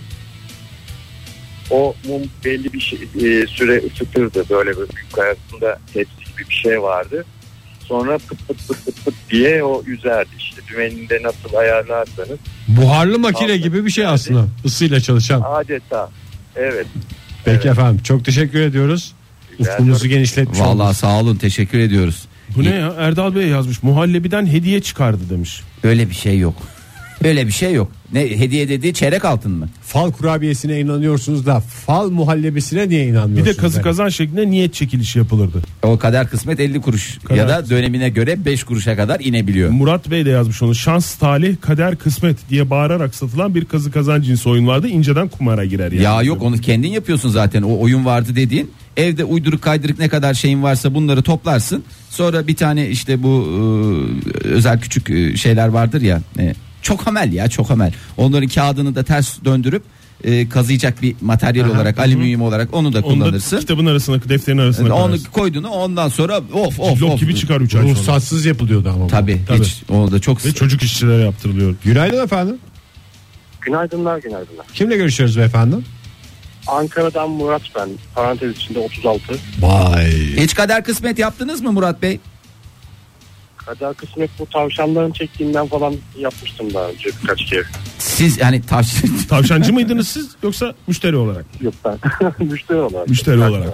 O mum belli bir süre ısıtırdı. Böyle büyük arasında tepsi gibi bir şey vardı. Sonra pıt pıt pıt pıt pıt diye o yüzerdi işte. Dümeninde nasıl ayarlarsanız. Buharlı makine gibi bir şey aslında. Isıyla çalışan. Adeta. Evet. Peki efendim, çok teşekkür ediyoruz. Ufkumuzu genişletmiş olduk. Vallahi sağ olun, teşekkür ediyoruz. Bu ne ya? Erdal Bey yazmış. Muhallebiden hediye çıkardı demiş. Öyle bir şey yok. Öyle bir şey yok. Ne hediye dediği, çeyrek altın mı? Fal kurabiyesine inanıyorsunuz da fal muhallebisine niye inanmıyorsunuz? Bir de kazı kazan şeklinde niyet çekilişi yapılırdı. O kader kısmet 50 kuruş Kader ya da kısmet. dönemine göre 5 kuruşa kadar inebiliyor. Murat Bey de yazmış onu. Şans, talih, kader, kısmet diye bağırarak satılan bir kazı kazan cinsi oyun vardı. İnceden kumara girer yani. Ya yok, onu kendin yapıyorsun zaten. O oyun vardı dediğin. Evde uyduruk kaydırık ne kadar şeyin varsa bunları toplarsın. Sonra bir tane işte bu özel küçük şeyler vardır ya. Çok amel ya, çok amel. Onların kağıdını da ters döndürüp kazıyacak bir materyal olarak, alüminyum olarak onu da kullanırsın. Onu da kitabın arasına, defterin arasına onu koyarsın. koyduğunu ondan sonra Cillop gibi çıkar 3 ay sonra. Ruhsatsız yapılıyordu ama. Tabii. Hiç, o da çok. Ve çocuk işçilere yaptırılıyor. Günaydın efendim. Günaydınlar. Kimle görüşüyoruz beyefendi? Ankara'dan Murat ben. Parantez içinde 36. Vay. Hiç kader kısmet yaptınız mı Murat Bey? Kader kısmet bu tavşanların çektiğinden falan yapmıştım daha önce birkaç kere. Siz yani Tavşancı mıydınız siz yoksa müşteri olarak? Yok ben müşteri olarak. Müşteri olarak.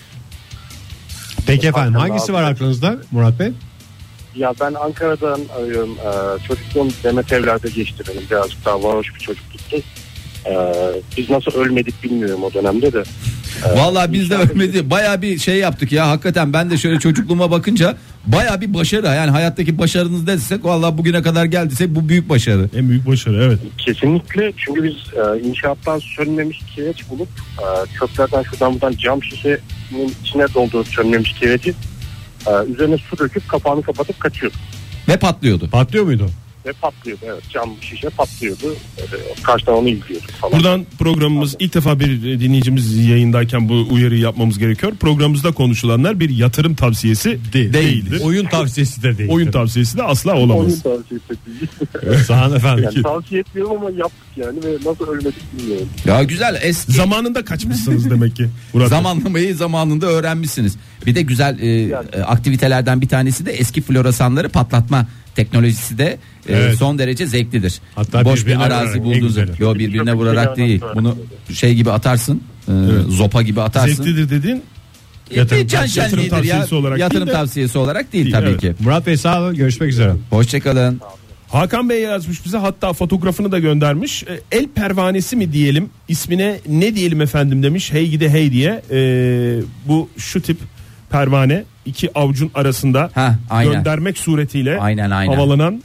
Peki efendim, hangisi var aklınızda Murat Bey? Ya ben Ankara'dan arıyorum. Çocukluğum Demet Evler'de geçti benim. Birazcık daha varoş bir çocukluktu. Biz nasıl ölmedik bilmiyorum o dönemde de. Vallahi biz de ölmedi. Baya bir şey yaptık ya. Hakikaten ben de şöyle çocukluğuma bakınca baya bir başarı. Yani hayattaki başarınız desek vallahi bugüne kadar geldiyse bu büyük başarı. En büyük başarı, evet. Kesinlikle, çünkü biz inşaattan sönmemiş kireç bulup çöplerden şuradan buradan cam şişenin içine doldurup sönmemiş kireci üzerine su döküp kapağını kapatıp kaçıyorduk. Ve patlıyordu. Patlıyor muydu? Ve patlıyordu, evet, cam şişe patlıyordu. Karşıdan onu izliyorduk falan. Buradan programımız ilk defa bir dinleyicimiz yayındayken bu uyarıyı yapmamız gerekiyor. Programımızda konuşulanlar bir yatırım tavsiyesi değildir. Oyun tavsiyesi de değil. Oyun tavsiyesi de asla olamaz. Oyun tavsiyesi değil. Sağ olun efendim. Yani tavsiye etmiyorum ama yaptık yani ve nasıl ölmedik bilmiyorum. Ya güzel, eski. Zamanında kaçmışsınız demek ki. Zamanlamayı zamanında öğrenmişsiniz. Bir de güzel aktivitelerden bir tanesi de eski floresanları patlatma teknolojisi de son derece zevklidir. Hatta boş bir arazi bulduğunuz. Yo, birbirine vurarak değil. Bunu şey gibi atarsın. Zopa gibi atarsın. Zevklidir dedin. Yatırım tavsiyesi olarak yatırım tavsiyesi olarak değil tabii evet. ki. Murat Bey sağ olun, görüşmek üzere. Hoşçakalın. Hakan Bey yazmış bize, hatta fotoğrafını da göndermiş. El pervanesi mi diyelim, ismine ne diyelim efendim demiş. Hey gide hey diye. Bu şu tip pervane iki avucun arasında göndermek suretiyle aynen. havalanan.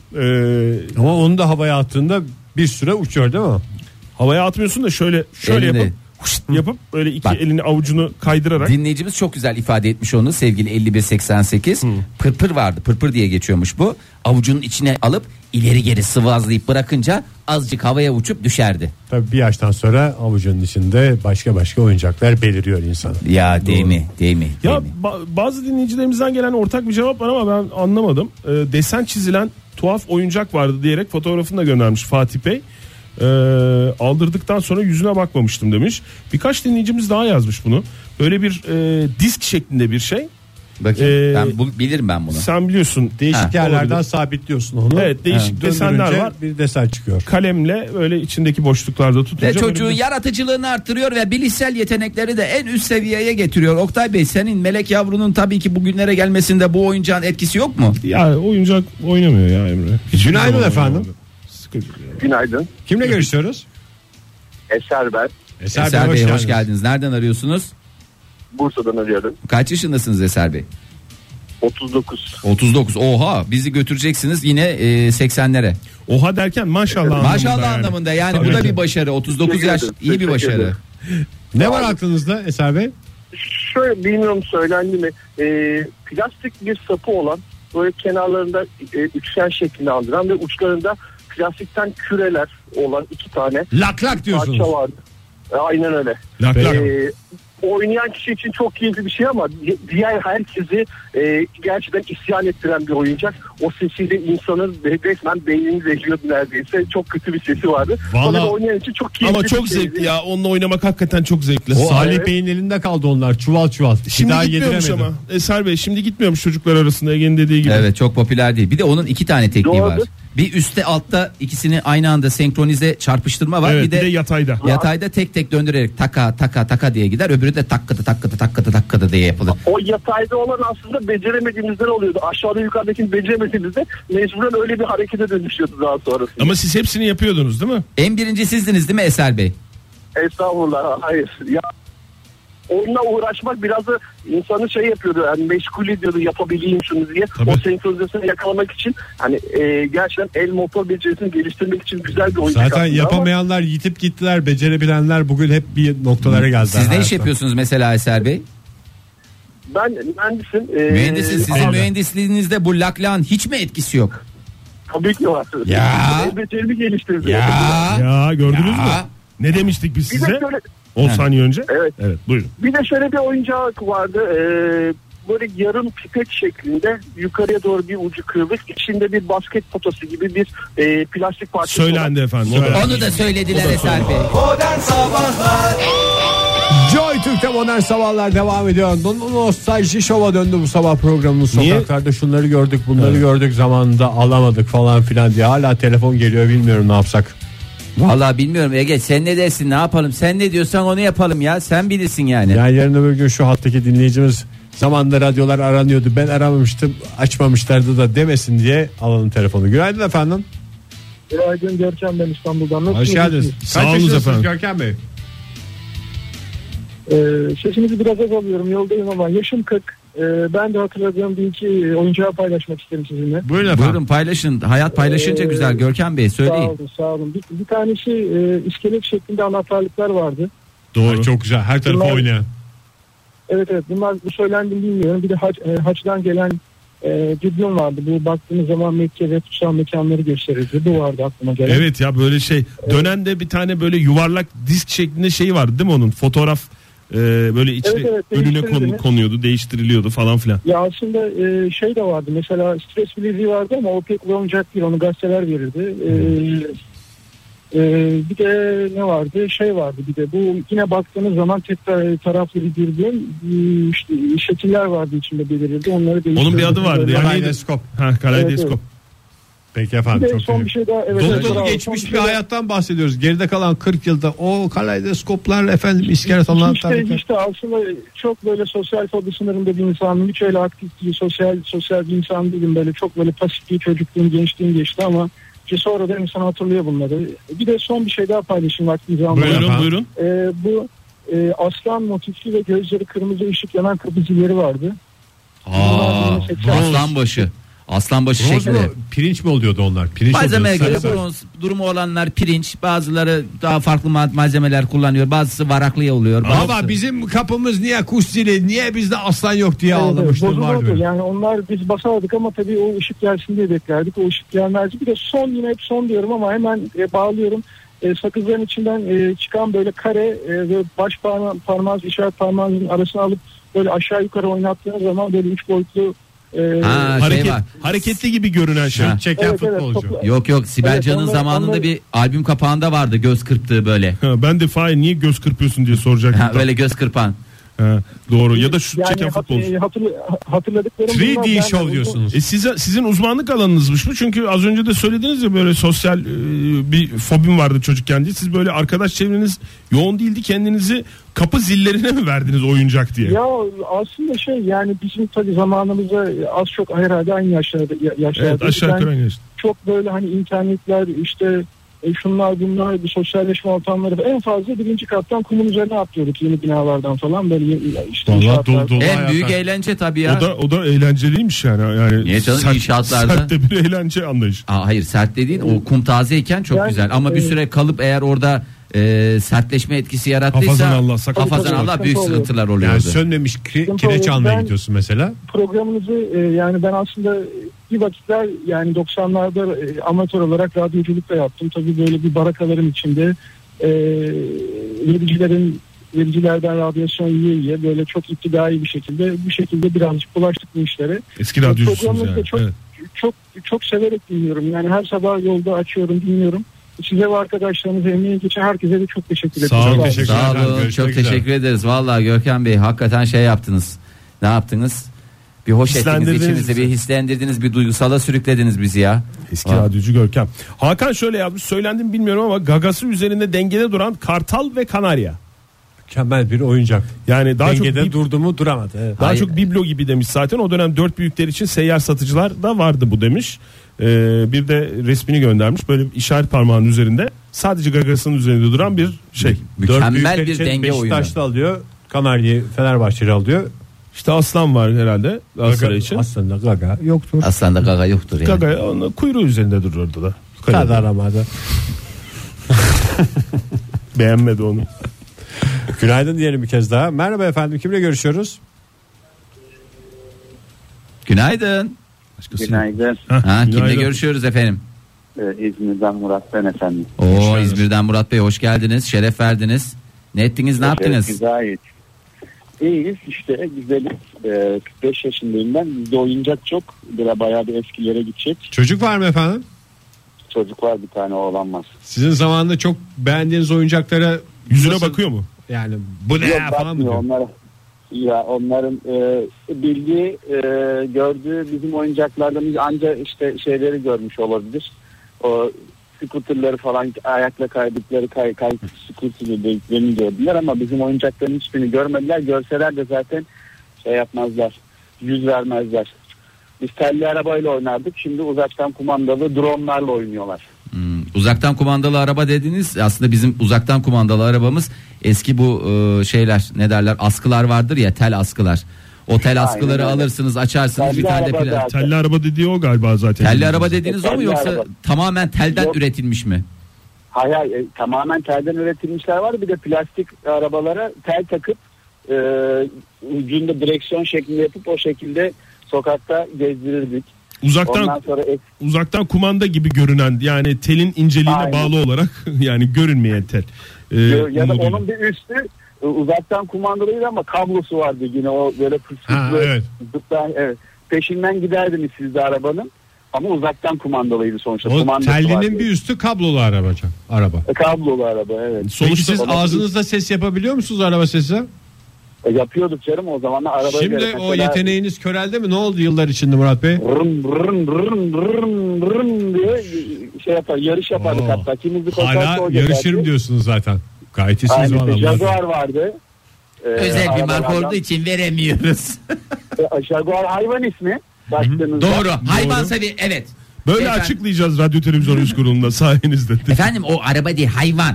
Ama onu da havaya attığında bir süre uçuyor değil mi? Havaya atmıyorsun da şöyle yapıp yapıp böyle iki elini avucunu kaydırarak. Dinleyicimiz çok güzel ifade etmiş onu sevgili 5188. Pırpır vardı, pırpır diye geçiyormuş bu. Avucunun içine alıp ileri geri sıvazlayıp bırakınca azıcık havaya uçup düşerdi. Tabii bir yaştan sonra avucunun içinde başka oyuncaklar beliriyor insan. Ya değil mi? Ya bazı dinleyicilerimizden gelen ortak bir cevap var ama ben anlamadım. Desen çizilen tuhaf oyuncak vardı diyerek fotoğrafını da göndermiş Fatih Bey. Aldırdıktan sonra yüzüne bakmamıştım demiş. Birkaç dinleyicimiz daha yazmış bunu. Böyle bir disk şeklinde bir şey. Bakayım bilirim ben bunu. Sen biliyorsun. Değişik yerlerden sabitliyorsun onu. Evet, değişik desenler var. Bir desen çıkıyor. Kalemle böyle içindeki boşluklarda tutunca. Ve çocuğun yaratıcılığını artırıyor ve bilişsel yetenekleri de en üst seviyeye getiriyor. Oktay Bey, senin melek yavrunun tabii ki bugünlere gelmesinde bu oyuncağın etkisi yok mu? Ya oyuncak oynamıyor ya Emre. Günaydın efendim. Günaydın. Kimle görüşüyoruz? Eser ben. Eser Bey hoş geldiniz. Nereden arıyorsunuz? Bursa'dan arıyorum. Kaç yaşındasınız Eser Bey? 39. 39. Oha, bizi götüreceksiniz yine 80'lere. Oha derken maşallah. Maşallah anlamında yani Tabii bu da ki. bir başarı. 39 yaş iyi bir başarı. Ne var aklınızda Eser Bey? Şöyle, bilmiyorum söylendi mi? Plastik bir sapı olan, böyle kenarlarında üçgen şeklinde andıran ve uçlarında plastikten küreler olan 2 tane Lak diyorsunuz. parça vardı. Aynen öyle. Lak. Oynayan kişi için çok keyifli bir şey ama diğer herkesi gerçekten isyan ettiren bir oyuncak. O sesiyle insanın resmen beynini zehirliyordu neredeyse. Çok kötü bir sesi vardı. Vallahi, oynayan için çok keyifli. ama çok zevkli ya. Onunla oynamak hakikaten çok zevkli. Salih Bey'in elinde kaldı onlar çuval. Şimdi gitmiyormuş ama. Eser Bey şimdi gitmiyormuş çocuklar arasında Ege'nin dediği gibi. Evet, çok popüler değil. Bir de onun 2 tane tekniği Doğru. var. Bir üstte altta ikisini aynı anda senkronize çarpıştırma var. Evet, bir de yatayda. Yatayda tek döndürerek taka diye gider. Öbürü de takkıdı diye yapılır. O yatayda olan aslında beceremediğimizden oluyordu. Aşağıda yukarıdakini beceremediğimizde mecburen öyle bir harekete dönüşüyordu daha sonrasında. Ama siz hepsini yapıyordunuz değil mi? En birinci sizdiniz değil mi Eser Bey? Estağfurullah, hayır. Ya, onunla uğraşmak biraz da insanı şey yapıyordu, yani meşgul ediyordu, yapabileyim şunu diye. Tabii. O senkronizasyonu yakalamak için hani gerçekten el motor becerisini geliştirmek için güzel bir oyuncak. Zaten yapamayanlar yitip gittiler, becerebilenler bugün hep bir noktalara geldiler. Siz ne iş hayatta. yapıyorsunuz mesela Eser Bey? Ben mühendisim. Mühendisiniz. Sizin mühendisliğinizde bu laklağın hiç mi etkisi yok? Tabii ki var. Ya. El becerimi geliştirdim. Ya gördünüz mü? Ne demiştik biz Bir de size? şöyle, 10 saniye önce. Evet. Buyurun. Bir de şöyle bir oyuncak vardı. Böyle yarım pipet şeklinde, yukarıya doğru bir ucu kırılmış, içinde bir basket potası gibi bir plastik parçası. Söylendi efendim. Onu da söylediler Eser Bey. Joy Türk'te Modern Sabahlar devam ediyor. Nostalji şova döndü bu sabah programının. Sokaklarda şunları gördük, bunları gördük, zamanında alamadık falan filan diye. Hala telefon geliyor, bilmiyorum ne yapsak. Vallahi bilmiyorum Ege, sen ne dersin, ne yapalım, sen ne diyorsan onu yapalım ya, sen bilirsin yani. Yani yarın öbür gün şu hattaki dinleyicimiz zamanında radyolar aranıyordu, ben aramamıştım, açmamışlardı da demesin diye alalım telefonu. Günaydın efendim. Günaydın Görkem, ben İstanbul'dan. Hoş geldiniz. Sağ olun efendim. Görkem Bey? Sesinizi biraz az alıyorum, yoldayım ama yaşım 40. Ben de hatırladığım bir iki oyuncağı paylaşmak isterim sizinle. Buyurun efendim. Buyurun, paylaşın. Hayat paylaşınca güzel Görkem Bey, söyleyin. Sağ olun. Bir tanesi iskelet şeklinde anahtarlıklar vardı. Doğru. Çok güzel. Her tarafı Bunlar, oynayan. Evet. Bunlar bu söylendi mi bilmiyorum. Bir de haçtan gelen dürbün vardı. Bu baktığınız zaman Mekke ve kutsal mekanları gösterirdi. Bu vardı aklıma gelen. Evet ya, böyle şey. Dönen de bir tane böyle yuvarlak disk şeklinde şeyi vardı değil mi onun? Fotoğraf böyle içine önüne konuyordu, değiştiriliyordu falan filan. Ya aslında şey de vardı. Mesela stres bileziği vardı ama o pek kullanılacak değil. Onu gazeteler verirdi. Bir de ne vardı? Şey vardı bir de. Bu yine baktığınız zaman tek taraflı bir dürbün, işte şekiller vardı içinde belirirdi. Onları değiştirdi. Onun bir adı vardı. Kaleidoskop. Kaleidoskop. Evet. Peki efendim, Bir de çok son bir şey daha. Evet, dolu dolu geçmiş bir hayattan bahsediyoruz. Geride kalan 40 yılda o kaleidoskoplar efendim, iskelet anahtarlıklar. İşte aslında çok böyle sosyal fobi sınırında bir insanım. Hiç öyle aktif değil, sosyal bir insan değilim. Böyle çok böyle pasif bir çocukluğum, gençliğim geçti ama sonra da insan hatırlıyor bunları. Bir de son bir şey daha paylaşayım vaktinizi almadan. Buyurun. Bu aslan motifli ve gözleri kırmızı ışık yanan kapı zilleri vardı. Aslan başı. Aslanbaşı Bronz şekli. mu, pirinç mi oluyordu onlar? Pirinç Malzemeye oluyordu, göre sarı bronz durumu olanlar pirinç, bazıları daha farklı malzemeler kullanıyor. Bazısı varaklıya oluyor. Ama Bazısı... bizim kapımız niye kuş zili, niye bizde aslan yok diye ağlamıştım vardı. Bozuldu. Yani onlar biz basardık ama tabii o ışık gelsin diye beklerdik. O ışık gelmezdi. Bir de yine hep son diyorum ama hemen bağlıyorum. Sakızların içinden çıkan böyle kare ve baş parmağınız işaret parmağınızın arasına alıp böyle aşağı yukarı oynattığınız zaman böyle 3 boyutlu hareketli gibi görünen şey. Çeken futbolcu. Yok Sibel Can'ın zamanında bir albüm kapağında vardı göz kırptığı böyle. Ben de Fahir niye göz kırpıyorsun diye soracaktım. Böyle göz kırpan. Doğru ya da şu çeken futbolcu. Hatırladıklarım 3D show diyorsunuz. Sizin uzmanlık alanınızmış bu. Çünkü az önce de söylediniz ya böyle sosyal bir fobim vardı çocukken diye. Siz böyle arkadaş çevreniz yoğun değildi, kendinizi kapı zillerine mi verdiniz oyuncak diye? Ya aslında yani bizim tabii zamanımızda az çok herhalde aynı yaşlarda. Evet, aşağı yukarı aynı yaşlarda. Çok böyle hani internetler işte şunlar bunlar bir sosyalleşme ortamları en fazla birinci kattan kumun üzerine atlıyorduk yeni binalardan falan böyle işte en büyük eğlence tabii ya. O da eğlenceliymiş yani. Niye canım inşaatlarda? Sert de bir eğlence anlayışı. Hayır sert dediğin o kum tazeyken çok güzel ama bir süre kalıp eğer orada sertleşme etkisi yarattıysa hafazan Allah büyük sıkıntılar oluyordu. Yani sönmemiş kireç almaya gidiyorsun mesela. Programınızı yani ben aslında bir vakitler yani 90'larda amatör olarak radyoculuk da yaptım. Tabii böyle bir barakaların içinde vericilerden radyasyon yiye böyle çok iptidai bir şekilde birazcık bulaştık bu işlere. Eski radyocusunuz yani. Çok severek dinliyorum. Yani her sabah yolda açıyorum, dinliyorum. Size ve arkadaşlarınıza, emeği geçen herkese de çok teşekkür ederim. Sağ olun. Çok teşekkür ederiz. Vallahi Görkem Bey hakikaten yaptınız. Ne yaptınız? Bir hoş ettiniz içimizde, bir hislendirdiniz, bir duygusala sürüklediniz bizi ya. Eski radyocu Görkem. Hakan şöyle yazmış, söylendim bilmiyorum ama gagası üzerinde dengede duran kartal ve kanarya. Mükemmel bir oyuncak. Yani daha dengede çok durdu mu duramadı. Evet. Daha çok biblo gibi demiş zaten. O dönem 4 büyükler için seyyar satıcılar da vardı bu demiş. Bir de resmini göndermiş. Böyle işaret parmağının üzerinde sadece gagasının üzerinde duran bir şey. Mükemmel bir denge oyunu. Beşiktaş'ta alıyor. Kanarya'yı Fenerbahçe'de alıyor. İşte aslan var herhalde Galatasaray için. Aslında gaga yoktur. Aslında gaga yoktur yani. Gaga onun kuyruğu üzerinde durur orada da. Kadar ama da. Beğenmedi onu. Günaydın diyelim bir kez daha. Merhaba efendim, kimle görüşüyoruz? Günaydın. Günaydın. Kimle görüşüyoruz efendim? İzmir'den Murat ben efendim. İzmir'den Murat Bey hoş geldiniz. Şeref verdiniz. Ne ettiniz, ne yaptınız? Gayet. İyiyiz işte, güzeliz. 45 yaşındayım ben. Bizde oyuncak çok. Bayağı bir eskilere gidecek. Çocuk var mı efendim? Çocuk var, bir tane oğlan var. Sizin zamanında çok beğendiğiniz oyuncaklara yüzüne bakıyor mu? Yani bu ne ya falan mı diyor? Onların bildiği, gördüğü bizim oyuncaklardan anca işte şeyleri görmüş olabilir. O skuterleri falan, ayakla kaydıkları skuterleri dediklerini gördüler ama bizim oyuncakların hiçbirini görmediler. Görseler de zaten yapmazlar, yüz vermezler. Biz telli arabayla oynardık, şimdi uzaktan kumandalı dronlarla oynuyorlar. Uzaktan kumandalı araba dediniz, aslında bizim uzaktan kumandalı arabamız eski bu şeyler, ne derler, askılar vardır ya, tel askılar. O tel askıları alırsınız, açarsınız, bir tane de telli araba dediği o galiba zaten. Telli araba dediğiniz o mu, yoksa tamamen telden üretilmiş mi? Hayır, tamamen telden üretilmişler var. Bir de plastik arabalara tel takıp ucunda direksiyon şeklinde yapıp o şekilde sokakta gezdirirdik. Uzaktan kumanda gibi görünen, yani telin inceliğine bağlı olarak yani görünmeyen tel. Ya da onun bir üstü uzaktan kumandalıydı ama kablosu vardı yine, o böyle fıstıklı. Evet. Evet. Peşinden giderdiniz siz de arabanın ama uzaktan kumandalıydı sonuçta. O tellinin bir üstü kablolu araba. Kablolu araba, evet. Peki siz ağzınızda ses yapabiliyor musunuz, araba sesi? Yapıyorduk canım o zamanlar arabayı. Şimdi mesela, o yeteneğiniz köreldi mi? Ne oldu yıllar içinde Murat Bey? Rın diye yapar, yarış yapardık hatta. Hala yarışırım diyorsunuz zaten. Gayet iyisiniz valla. Jaguar vardı. Özel bir marka olduğu için veremiyoruz. Jaguar hayvan ismi. Doğru. Hayvan tabii, evet. Böyle açıklayacağız Radyo Televizyon Üst Kurulu'nda sayenizde. Efendim o araba değil, hayvan.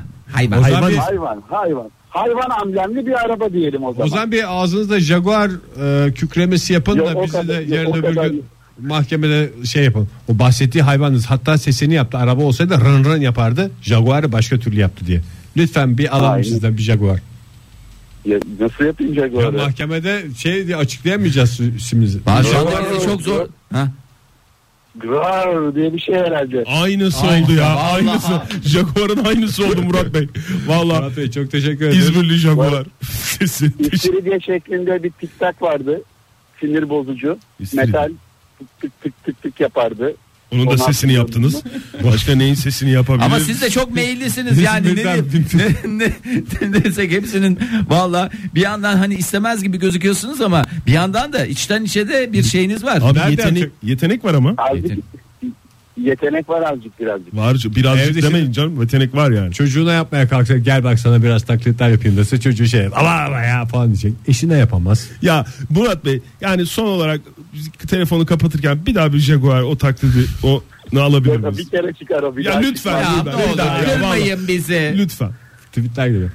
Hayvan amblemli bir araba diyelim o zaman. O zaman bir ağzınızda Jaguar kükremesi yapın da bizi de yarın öbür gün mahkemede şey yapın. O bahsettiği hayvanınız hatta sesini yaptı. Araba olsaydı rın rın yapardı. Jaguar'ı başka türlü yaptı diye. Lütfen bir alalım sizden bir Jaguar. Ya, nasıl yapayım Jaguar'ı? Mahkemede şey diye açıklayamayacağız şimdi. Şu anda bize çok zor. Ha? Grar diye bir şey herhalde. Aynısı oldu ya. Aynısı. Jaguar'ın aynısı oldu Murat Bey. Vallahi Murat Bey çok teşekkür ederim. İzmirli Jaguar. Sesi. İstiridye şeklinde bir tik-tak vardı. Sinir bozucu. İstiridye. Metal tık tık tık tık yapardı. Onun da sesini yaptınız. Başka neyin sesini yapabiliriz? Ama siz de çok meyillisiniz yani ne desek hepsinin valla bir yandan hani istemez gibi gözüküyorsunuz ama bir yandan da içten içe de bir şeyiniz var. Abi yetenek var ama. Azıcık yetenek var birazcık. Var birazcık demeyin canım, yetenek var yani. Çocuğuna yapmaya kalksa gel bak sana biraz taklitler yapayım dese çocuğu şey ama ya falan diyecek. Eşine yapamaz. Ya Murat Bey yani son olarak telefonu kapatırken bir daha bir Jaguar o taklidi onu alabilir miyiz? Bir kere çıkar o. Ya lütfen. Ya ne olur kırmayın bizi. Lütfen. Tweetler geliyor.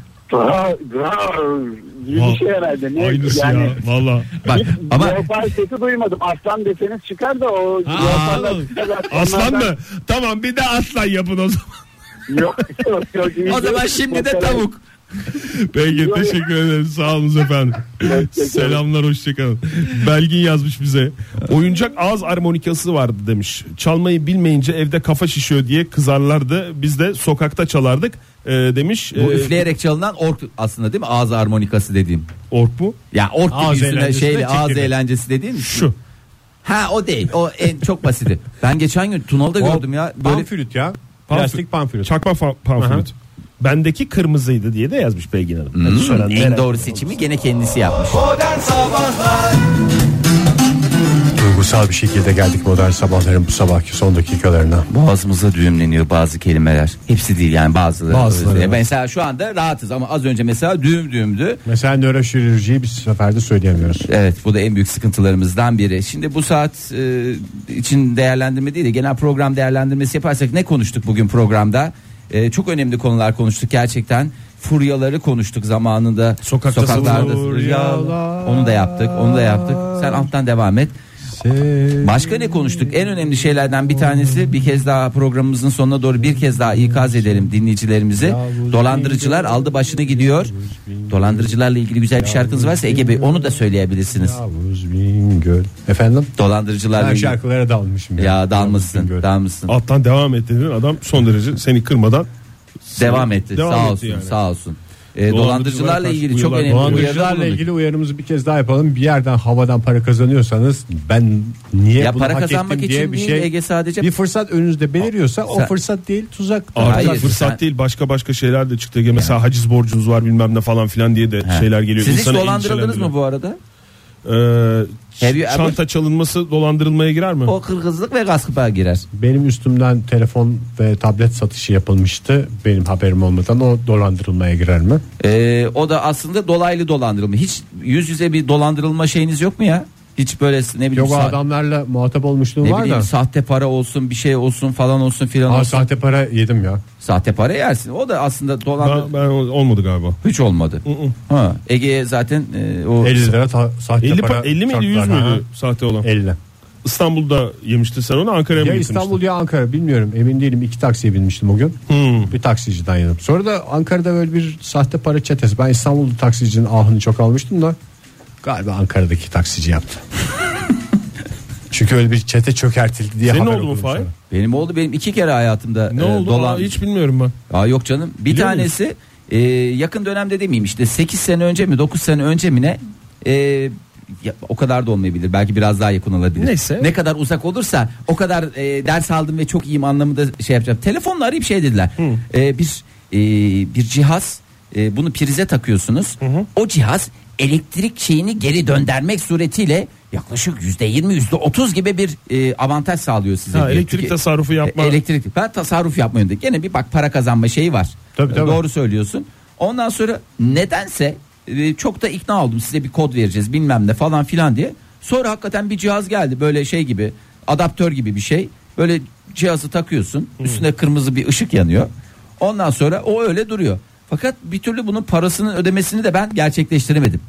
Bir şey herhalde. Ne? Aynısı yani, ya valla. Bak ama leopar sesi duymadım. Aslan deseniz çıkar da o Aslan mı? Tamam bir de aslan yapın o zaman. Yok. o zaman şimdi de tavuk. Peki teşekkür ederim, sağ olun efendim. Selamlar, hoşçakalın. Belgin yazmış bize. Oyuncak ağız armonikası vardı demiş. Çalmayı bilmeyince evde kafa şişiyor diye kızarlardı. Biz de sokakta çalardık demiş. Bu üfleyerek çalınan ork aslında değil mi? Ağız armonikası dediğim. Ork mu? Ya ork Ağız gibi üstüne şeyle ağız çekirdek. eğlencesi dediğin mi? Şu. Ha o değil. O en çok basiti. Ben geçen gün Tunalı'da gördüm ya. Böyle Panflüt ya. Plastik panflüt. Çakma panflüt. Bendeki kırmızıydı diye de yazmış Belgin Hanım. en doğru seçimi gene kendisi yapmış. Duygusal bir şekilde geldik modern sabahların bu sabahki son dakikalarına. Boğazımıza düğümleniyor bazı kelimeler. Hepsi değil yani bazıları. Bazıları. Mesela şu anda rahatız ama az önce mesela düğümdü. Mesela nöroşirurjiyi bir seferde söyleyemiyoruz. Evet, bu da en büyük sıkıntılarımızdan biri. Şimdi bu saat için değerlendirme değil de genel program değerlendirmesi yaparsak ne konuştuk bugün programda? Çok önemli konular konuştuk gerçekten. Furyaları konuştuk zamanında. Sokaklarda furyalar. Onu da yaptık. Sen alttan devam et. Başka ne konuştuk? En önemli şeylerden bir tanesi, bir kez daha programımızın sonuna doğru bir kez daha ikaz edelim dinleyicilerimizi. Dolandırıcılar aldı başını gidiyor. Dolandırıcılarla ilgili güzel bir şarkınız varsa Ege Bey onu da söyleyebilirsiniz. Yavuz Bingöl. Efendim? Dolandırıcılarla Ben ilgili. şarkılara dalmışım. Ya dalmışsın. Alttan devam et dedin, adam son derece seni kırmadan devam etti. Sağ olsun. Dolandırıcılarla ilgili çok önemli Dolandırıcılarla ilgili uyarımızı bir kez daha yapalım. Bir yerden havadan para kazanıyorsanız ben niye ya bunu para hak kazanmak ettim için diye bir değil şey. Ege, sadece Bir fırsat önünüzde beliriyorsa o fırsat değil, tuzak. Hayır, fırsat değil, başka şeyler de çıktı. Mesela haciz borcunuz var bilmem ne falan filan diye de şeyler geliyor. Siz hiç İnsana dolandırıldınız mı bu arada? Çanta çalınması dolandırılmaya girer mi? O hırsızlık ve gaspa girer. Benim üstümden telefon ve tablet satışı yapılmıştı. Benim haberim olmadan, o dolandırılmaya girer mi? O da aslında dolaylı dolandırılma. Hiç yüz yüze bir dolandırılma şeyiniz yok mu ya? Hiç böyle ne bileyim. Yok, adamlarla muhatap olmuşluğum var da. Sahte para olsun, bir şey olsun falan olsun filan olsun. Sahte para yedim ya. Sahte para yersin. O da aslında dolandırılma. Ben olmadı galiba. Hiç olmadı. Ha, Ege'ye zaten o 50 lira sahte 50 para. 50 miydi 100 müydü sahte olan? 50. İstanbul'da yemiştin sen onu, Ankara'ya mı Ya getirmiştin? İstanbul ya Ankara bilmiyorum, emin değilim. 2 taksiye binmiştim o gün. Bir taksiciden yedim. Sonra da Ankara'da böyle bir sahte para çetesi. Ben İstanbul'da taksicinin ahını çok almıştım da galiba Ankara'daki taksici yaptı. Çünkü öyle bir çete çökertildi diye Senin haber oldu mu Fahir? Benim oldu, benim 2 kere hayatımda. Ne oldu? Hiç bilmiyorum ben. Yok canım. Bir Biliyor tanesi yakın dönemde demeyeyim, işte 8 sene önce mi 9 sene önce mi ne, o kadar da olmayabilir, belki biraz daha yakın olabilir. Neyse. Ne kadar uzak olursa o kadar ders aldım ve çok iyiyim anlamında şey yapacağım. Telefonla arayıp şey dediler. Bir cihaz, bunu prize takıyorsunuz. O cihaz elektrik şeyini geri döndürmek suretiyle yaklaşık %20 %30 gibi bir avantaj sağlıyor size. Elektrik tasarrufu yapma. Ben tasarruf yapmayayım da gene bir bak para kazanma şeyi var. Tabii. Doğru söylüyorsun. Ondan sonra nedense çok da ikna oldum, size bir kod vereceğiz bilmem ne falan filan diye. Sonra hakikaten bir cihaz geldi, böyle şey gibi, adaptör gibi bir şey. Böyle cihazı takıyorsun, üstünde kırmızı bir ışık yanıyor. Ondan sonra o öyle duruyor. Fakat bir türlü bunun parasının ödemesini de ben gerçekleştiremedim. Bak,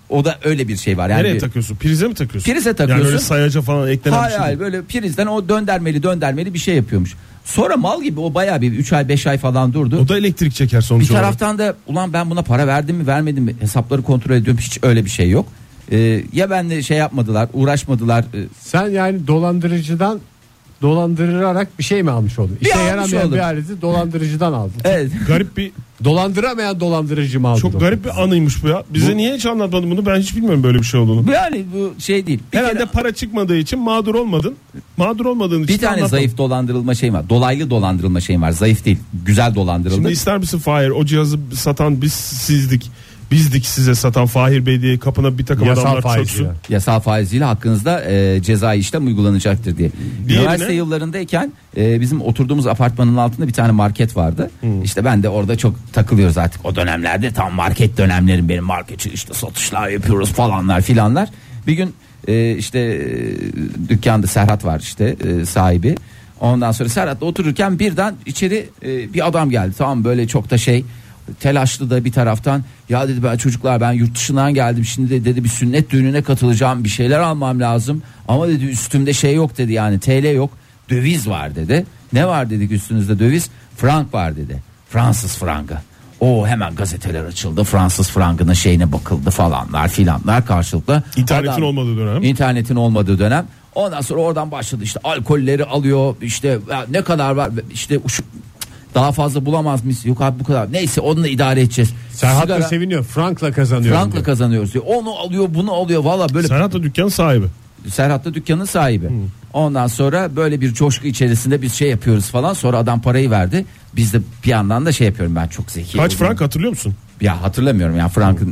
O da öyle bir şey var. Yani nereye takıyorsun? Prize mi takıyorsun? Prize takıyorsun. Yani öyle sayaca falan eklenen bir şey. Hayır böyle prizden o döndermeli bir şey yapıyormuş. Sonra mal gibi o bayağı bir 3 ay 5 ay falan durdu. O da elektrik çeker sonuç Bir olarak. taraftan da ulan ben buna para verdim mi vermedim mi hesapları kontrol ediyorum, hiç öyle bir şey yok. Ya ben de şey yapmadılar, uğraşmadılar. Sen yani dolandırarak bir şey mi almış oldun? İşe yaramayan bir aleti dolandırıcıdan aldın. Evet. Garip bir dolandıramayan dolandırıcı mı aldın? Çok garip bir anıymış bu ya. Bize niye hiç anlatmadın bunu? Ben hiç bilmiyorum böyle bir şey olduğunu. Yani bu şey değil. Herhalde para çıkmadığı için mağdur olmadın. Mağdur olmadığın için bir tane zayıf dolandırılma şeyim var. Dolaylı dolandırılma şeyim var. Zayıf değil. Güzel dolandırıldı. Şimdi ister misin Fahir? O cihazı satan bizdik size satan Fahir Bey diye kapına bir takım Yasal adamlar çöksün. Yasal faiziyle hakkınızda cezai işlem uygulanacaktır diye. Üniversite yıllarındayken bizim oturduğumuz apartmanın altında bir tane market vardı. İşte ben de orada çok takılıyoruz artık. O dönemlerde tam market dönemlerim benim, marketçi işte satışlar yapıyoruz falanlar filanlar. Bir gün işte dükkanda Serhat var işte sahibi. Ondan sonra Serhat'la otururken birden içeri bir adam geldi. Tamam böyle çok da telaşlı da bir taraftan. Ya dedi ben yurt dışından geldim, şimdi dedi bir sünnet düğününe katılacağım, bir şeyler almam lazım. Ama dedi üstümde şey yok dedi, yani TL yok, döviz var dedi. Ne var dedik üstünüzde? Döviz, frank var dedi. Fransız frangı. O hemen gazeteler açıldı, Fransız frangının şeyine bakıldı falanlar filanlar karşılıklı. İnternetin olmadığı dönem. Ondan sonra oradan başladı işte alkolleri alıyor, işte ne kadar var, işte daha fazla bulamaz mıyız? Yok abi bu kadar. Neyse onunla idare edeceğiz. Serhat da seviniyor. Frankla kazanıyoruz diyor. Onu alıyor, bunu alıyor. Valla böyle. Serhat da dükkanın sahibi. Serhat da dükkanın sahibi. Ondan sonra böyle bir coşku içerisinde biz şey yapıyoruz falan. Sonra adam parayı verdi. Biz de bir yandan da şey yapıyorum, ben çok zeki. Kaç frank hatırlıyor musun? Ya hatırlamıyorum yani frankın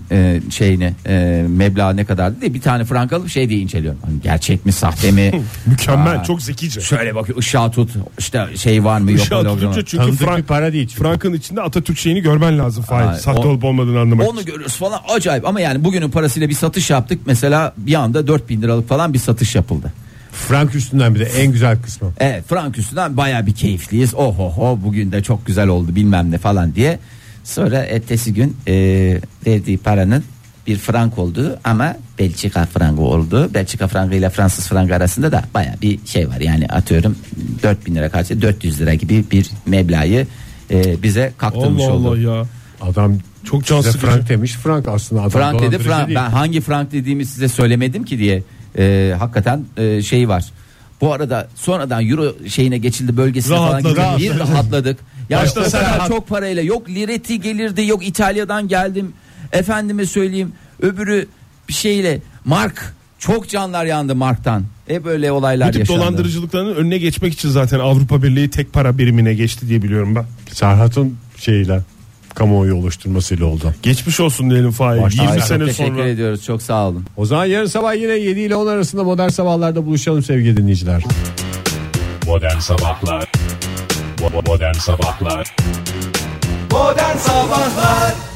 meblağı ne kadardı diye bir tane frank alıp şey diye inceliyorum. Hani gerçek mi sahte mi? Mükemmel, çok zekice. Şöyle bakıyor, ışığa tut, işte şey var mı yok mu? Işığa tutunca çünkü bir para değil. Frankın içinde Atatürk şeyini görmen lazım. Sahte olup olmadığını anlamak onu için. Görüyoruz falan, acayip. Ama yani bugünün parasıyla bir satış yaptık. Mesela bir anda 4.000 liralık falan bir satış yapıldı. Frank üstünden bir de en güzel kısmı. Evet, frank üstünden bayağı bir keyifliyiz. Oho bugün de çok güzel oldu bilmem ne falan diye. Sonra ertesi gün verdiği paranın bir frank olduğu ama Belçika frangı oldu. Belçika frangı ile Fransız frangı arasında da bayağı bir şey var. Yani atıyorum 4.000 lira karşı 400 lira gibi bir meblağı bize kaktırmış oldu. Allah ya. Adam çok can sıkıcı. Frank demiş, frank aslında. Adam frank dedi, frank. Ben hangi frank dediğimi size söylemedim ki diye. Hakikaten şey var. Bu arada sonradan euro şeyine geçildi, bölgesine falan bir rahatladık. Ya çok parayla, yok lireti gelirdi, yok İtalya'dan geldim. Efendime söyleyeyim, öbürü bir şeyle mark, çok canlar yandı marktan. Böyle olaylar yaşandı. Bu tip dolandırıcılıkların önüne geçmek için zaten Avrupa Birliği tek para birimine geçti diye biliyorum ben. Serhat'ın şeyle kamuoyu oluşturmasıyla oldu. Geçmiş olsun diyelim Fahir. 20 sene sonra. Teşekkür ediyoruz, çok sağ olun. O zaman yarın sabah yine 7 ile 10 arasında Modern Sabahlar'da buluşalım sevgili dinleyiciler. Modern Sabahlar. Modern Sabahlar. Modern Sabahlar.